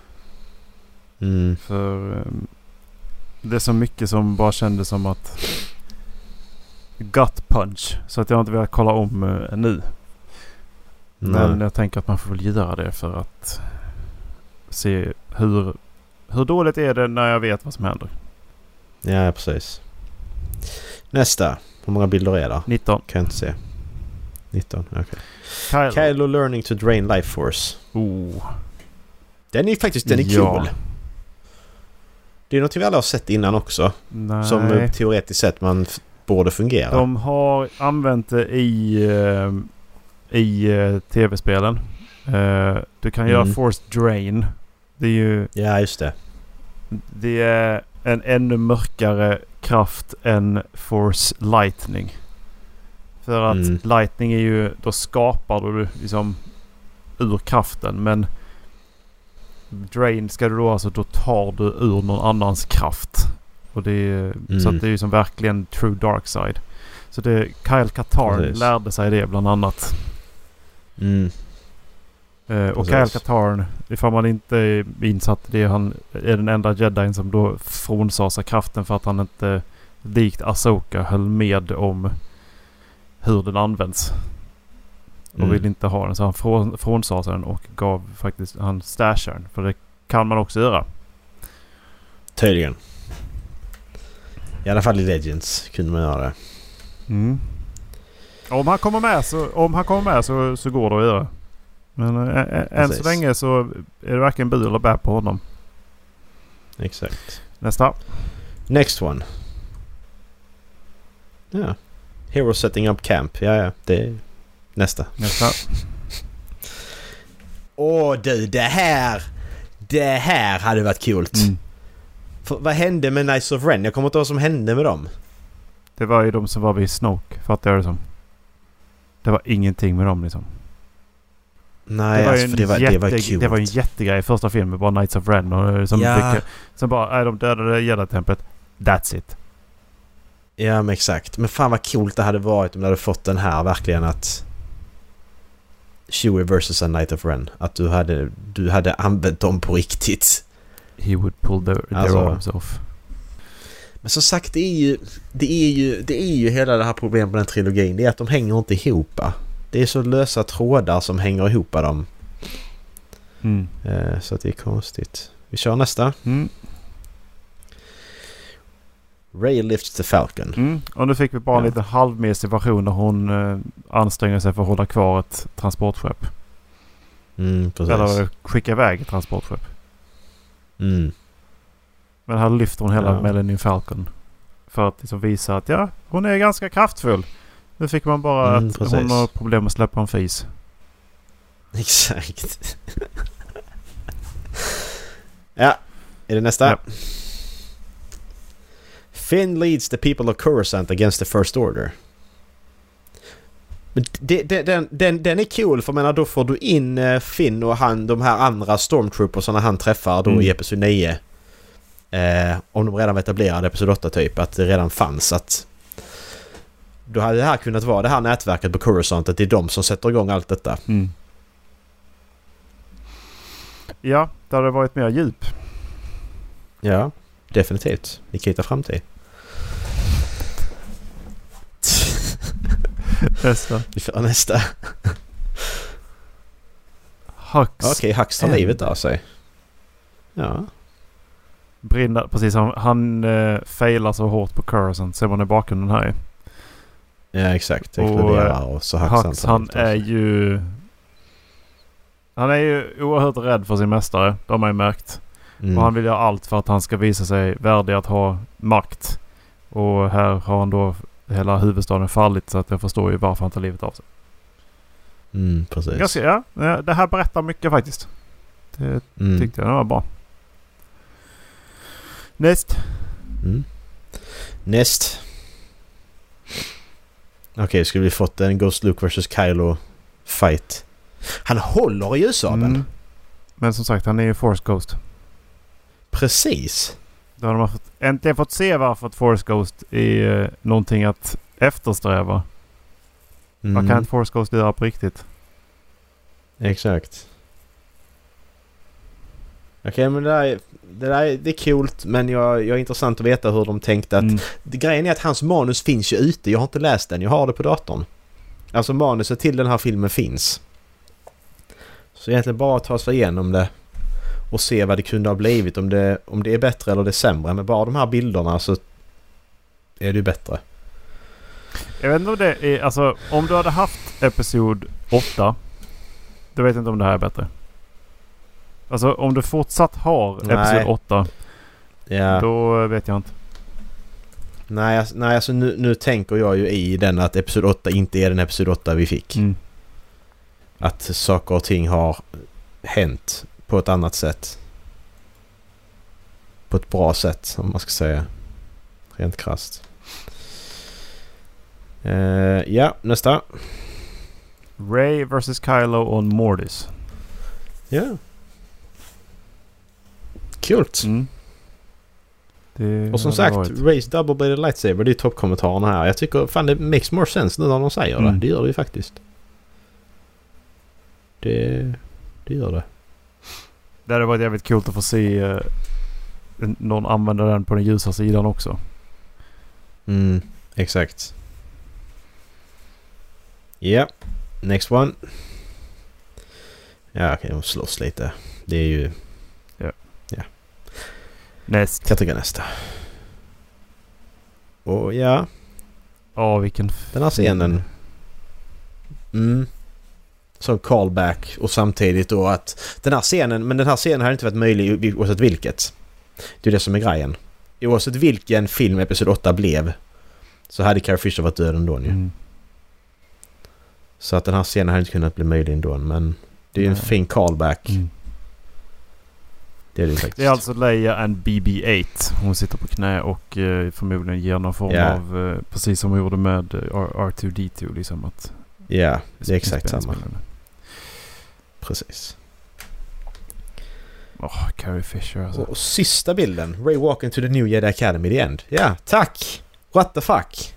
Speaker 1: För det är så mycket som bara kändes som att gut punch. Så att jag inte velat kolla om nu. Men jag tänker att man får väl göra det för att se hur dåligt är det när jag vet vad som händer.
Speaker 2: Ja, precis. Nästa. Hur många bilder är det?
Speaker 1: 19.
Speaker 2: Kan jag inte se. 19, okej. Kylo learning to drain life force. Den är faktiskt cool. Det är något vi alla har sett innan också.
Speaker 1: Nej.
Speaker 2: Som teoretiskt sett man borde fungera.
Speaker 1: De har använt det i tv-spelen. Du kan göra force drain. Det är ju...
Speaker 2: Ja, just det.
Speaker 1: Det är en ännu mörkare kraft än force lightning. För att lightning är ju... Då skapar du liksom ur kraften. Men drain ska du då alltså... Då tar du ur någon annans kraft. Och det är, så att det är ju som verkligen true dark side. Så det... Kyle Katarn lärde sig det bland annat. Och Kyle Katarn, ifall man inte är insatt i det, han är den enda jedin som då frånsasar kraften för att han inte likt Ahsoka höll med om hur den används. Och vill inte ha den, så han frånsasar den och gav faktiskt han stashar den. För det kan man också göra.
Speaker 2: Tydligen. I alla fall i Legends kunde man göra det.
Speaker 1: Om han kommer med så går det att göra. Men än så länge så är det varken bu eller bär på honom.
Speaker 2: Exakt.
Speaker 1: Nästa.
Speaker 2: Next one. Ja. Hero setting up camp. Ja. Det är nästa. Du, det här hade varit coolt. För, vad hände med Knights of Ren? Jag kommer inte ihåg vad som hände med dem.
Speaker 1: Det var ju de som var vid Snoke, fattar jag det som. Det var ingenting med dem liksom.
Speaker 2: Nej, det var kul.
Speaker 1: Det var en jättegrej i första filmen, bara Knights of Ren och som bara de dödade Jedi-templet. That's it.
Speaker 2: Ja, men exakt. Men fan vad coolt det hade varit om du hade fått den här verkligen att Chewie versus a Knight of Ren. Att du hade använt dem på riktigt.
Speaker 1: He would pull their arms off.
Speaker 2: Men som sagt, det är ju hela det här problemet med den trilogin. Det är att de hänger inte ihop. Det är så lösa trådar som hänger ihop dem. Så att det är konstigt. Vi kör nästa. Rey lifts the Falcon.
Speaker 1: Och nu fick vi bara en liten halvmesig version där hon anstränger sig för att hålla kvar ett transportskepp.
Speaker 2: Precis.
Speaker 1: Eller skicka iväg ett transportskepp. Men här lyfter hon hela Millennium Falcon. För att liksom visa att hon är ganska kraftfull. Nu fick man bara att hon har problem att släppa en fis.
Speaker 2: Exakt. Ja, är det nästa?
Speaker 1: Ja.
Speaker 2: Finn leads the people of Coruscant against the First Order. Men den är cool, för menar, då får du in Finn och de här andra stormtroopersarna han träffar då i Episod 9. Om de redan var etablerade Episod 8 typ, att det redan fanns, att då hade det här kunnat vara det här nätverket på Coruscant, att det är de som sätter igång allt detta.
Speaker 1: Ja, det hade varit mer djup.
Speaker 2: Ja, definitivt. Nikita framtid.
Speaker 1: Nästa.
Speaker 2: Vi får nästa.
Speaker 1: Hux.
Speaker 2: Okej, Hux tar livet av sig. Ja.
Speaker 1: Brinner, precis. Han failar så hårt på Coruscant. Ser man i bakgrunden här.
Speaker 2: Ja, exakt. Och så
Speaker 1: Hux, han är ju oerhört rädd för sin mästare. Det har man ju märkt. Och han vill göra allt för att han ska visa sig värdig att ha makt. Och här har han då hela huvudstaden fallit, så att jag förstår ju varför han tar livet av sig.
Speaker 2: Precis.
Speaker 1: Det här berättar mycket faktiskt. Det tyckte jag var bra.
Speaker 2: Näst. Okej, skulle vi fått en Ghost Luke vs. Kylo fight. Han håller i ljussabeln.
Speaker 1: Men som sagt, han är ju Force Ghost.
Speaker 2: Precis.
Speaker 1: Då har man äntligen fått se varför ett Force Ghost är någonting att eftersträva. Vad kan ett Force Ghost göra på riktigt?
Speaker 2: Exakt. Okej, men det är coolt, men jag är intressant att veta hur de tänkte att grejen är att hans manus finns ju ute. Jag har inte läst den, jag har det på datorn. Alltså manuset till den här filmen finns. Så egentligen bara ta sig igenom det och se vad det kunde ha blivit, om det är bättre eller det är sämre. Men bara de här bilderna så är det ju bättre.
Speaker 1: Jag vet inte om det är, alltså om du hade haft episod 8, då vet jag inte om det här är bättre. Alltså om du fortsatt har episod 8, då vet jag inte.
Speaker 2: Nej, alltså nu tänker jag ju i den att episod 8 inte är den episod 8 vi fick. Att saker och ting har hänt på ett annat sätt. På ett bra sätt, om man ska säga. Rent krasst. Nästa.
Speaker 1: Rey vs. Kylo on Mortis.
Speaker 2: Ja. Kul. Och som sagt, Reys double-bladed lightsaber, det är toppkommentarerna här. Jag tycker fan det makes more sense nu när de säger det. Det gör det ju faktiskt. Det gör det.
Speaker 1: Det hade varit jävligt coolt att få se någon använda den på den ljusa sidan också.
Speaker 2: Exakt. Ja, next one. Ja, okej, de slåss lite. Det är ju... Ja.
Speaker 1: Jag
Speaker 2: tycker nästa. Och ja.
Speaker 1: Vilken...
Speaker 2: Den här scenen. Som callback, och samtidigt då att den här scenen hade inte varit möjlig oavsett vilket. Det är det som är grejen. Oavsett vilken film episod 8 blev, så hade Carrie Fisher varit död ändå nu. Så att den här scenen hade inte kunnat bli möjlig ändå, men det är en fin callback. Det är det faktiskt.
Speaker 1: Det är alltså Leia and BB-8. Hon sitter på knä och förmodligen ger någon form av, precis som hon gjorde med R2-D2 liksom att...
Speaker 2: Ja, det är exakt samma. Precis.
Speaker 1: Carrie Fisher alltså.
Speaker 2: Och sista bilden. Rey walking to the new Jedi Academy, the end. Ja, tack! What the fuck?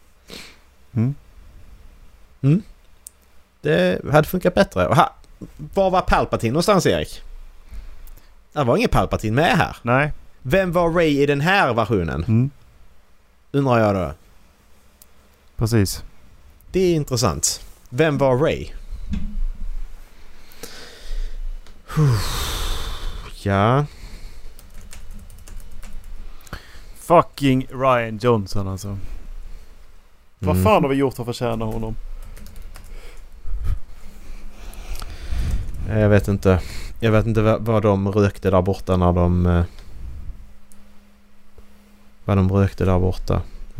Speaker 2: Det hade funkat bättre. Var var Palpatine någonstans, Erik? Det var ingen Palpatine med här.
Speaker 1: Nej.
Speaker 2: Vem var Rey i den här versionen? Undrar jag då.
Speaker 1: Precis.
Speaker 2: Det är intressant. Vem var Rey? Ja.
Speaker 1: Fucking Ryan Johnson alltså. Vad fan har vi gjort för att förtjäna honom?
Speaker 2: Jag vet inte. Jag vet inte vad de rökte där borta när de... Vad de rökte där borta.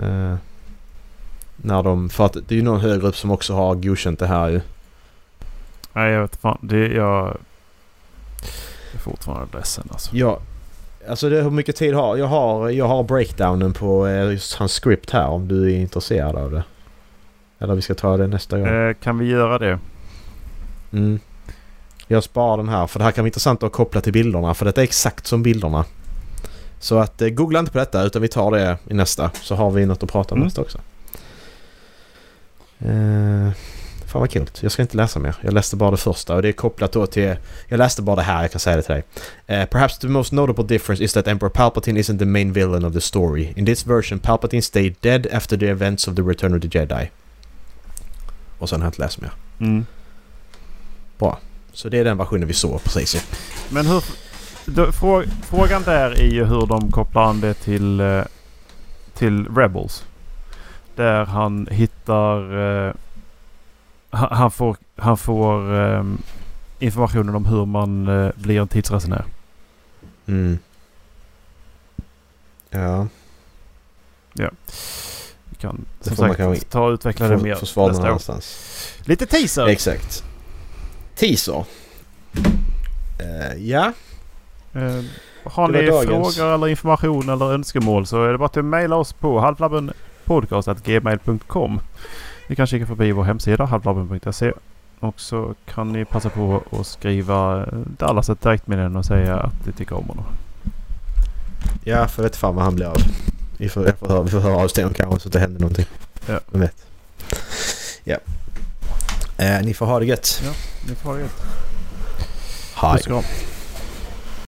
Speaker 2: När de... För att det är ju någon högre upp som också har godkänt det här ju.
Speaker 1: Nej, jag vet fan. Jag är fortfarande ledsen alltså.
Speaker 2: Ja. Alltså hur mycket tid har jag har breakdownen på just hans script här om du är intresserad av det. Eller vi ska ta det nästa gång.
Speaker 1: Kan vi göra det?
Speaker 2: Jag sparar den här för det här kan vara intressant att koppla till bilderna för det är exakt som bilderna. Så att googla inte på detta utan vi tar det i nästa så har vi något att prata om nästa också. Fan vad kul. Jag ska inte läsa mer. Jag läste bara det första och det är kopplat då till... Jag läste bara det här, jag kan säga det till dig. Perhaps the most notable difference is that Emperor Palpatine isn't the main villain of the story. In this version, Palpatine stayed dead after the events of the Return of the Jedi. Och sen har jag inte läst mer. Bra. Så det är den versionen vi såg precis.
Speaker 1: Men hur... Frågan där är ju hur de kopplar an det till Rebels. Där han hittar... Han får informationen om hur man blir en tidsresenär.
Speaker 2: Ja.
Speaker 1: Vi kan som sagt ta och utveckla det mer nästa år.
Speaker 2: Någonstans.
Speaker 1: Lite teaser!
Speaker 2: Exakt. Teaser. Ja.
Speaker 1: Har ni frågor eller information eller önskemål så är det bara att mejla oss på halvlabbenpodcast@gmail.com. Ni kan kika förbi vår hemsida halvlabben.se och så kan ni passa på att skriva Dallas ett direktmeddelande och säga att ni tycker om honom.
Speaker 2: Ja, för vet fan vad han blir av. Vi får höra av sten kanske så att det händer någonting.
Speaker 1: Ja.
Speaker 2: Vem vet. Ja. Ni får ha det gött.
Speaker 1: Ja, ni får ha det gött.
Speaker 2: Hej.
Speaker 1: Puss kram.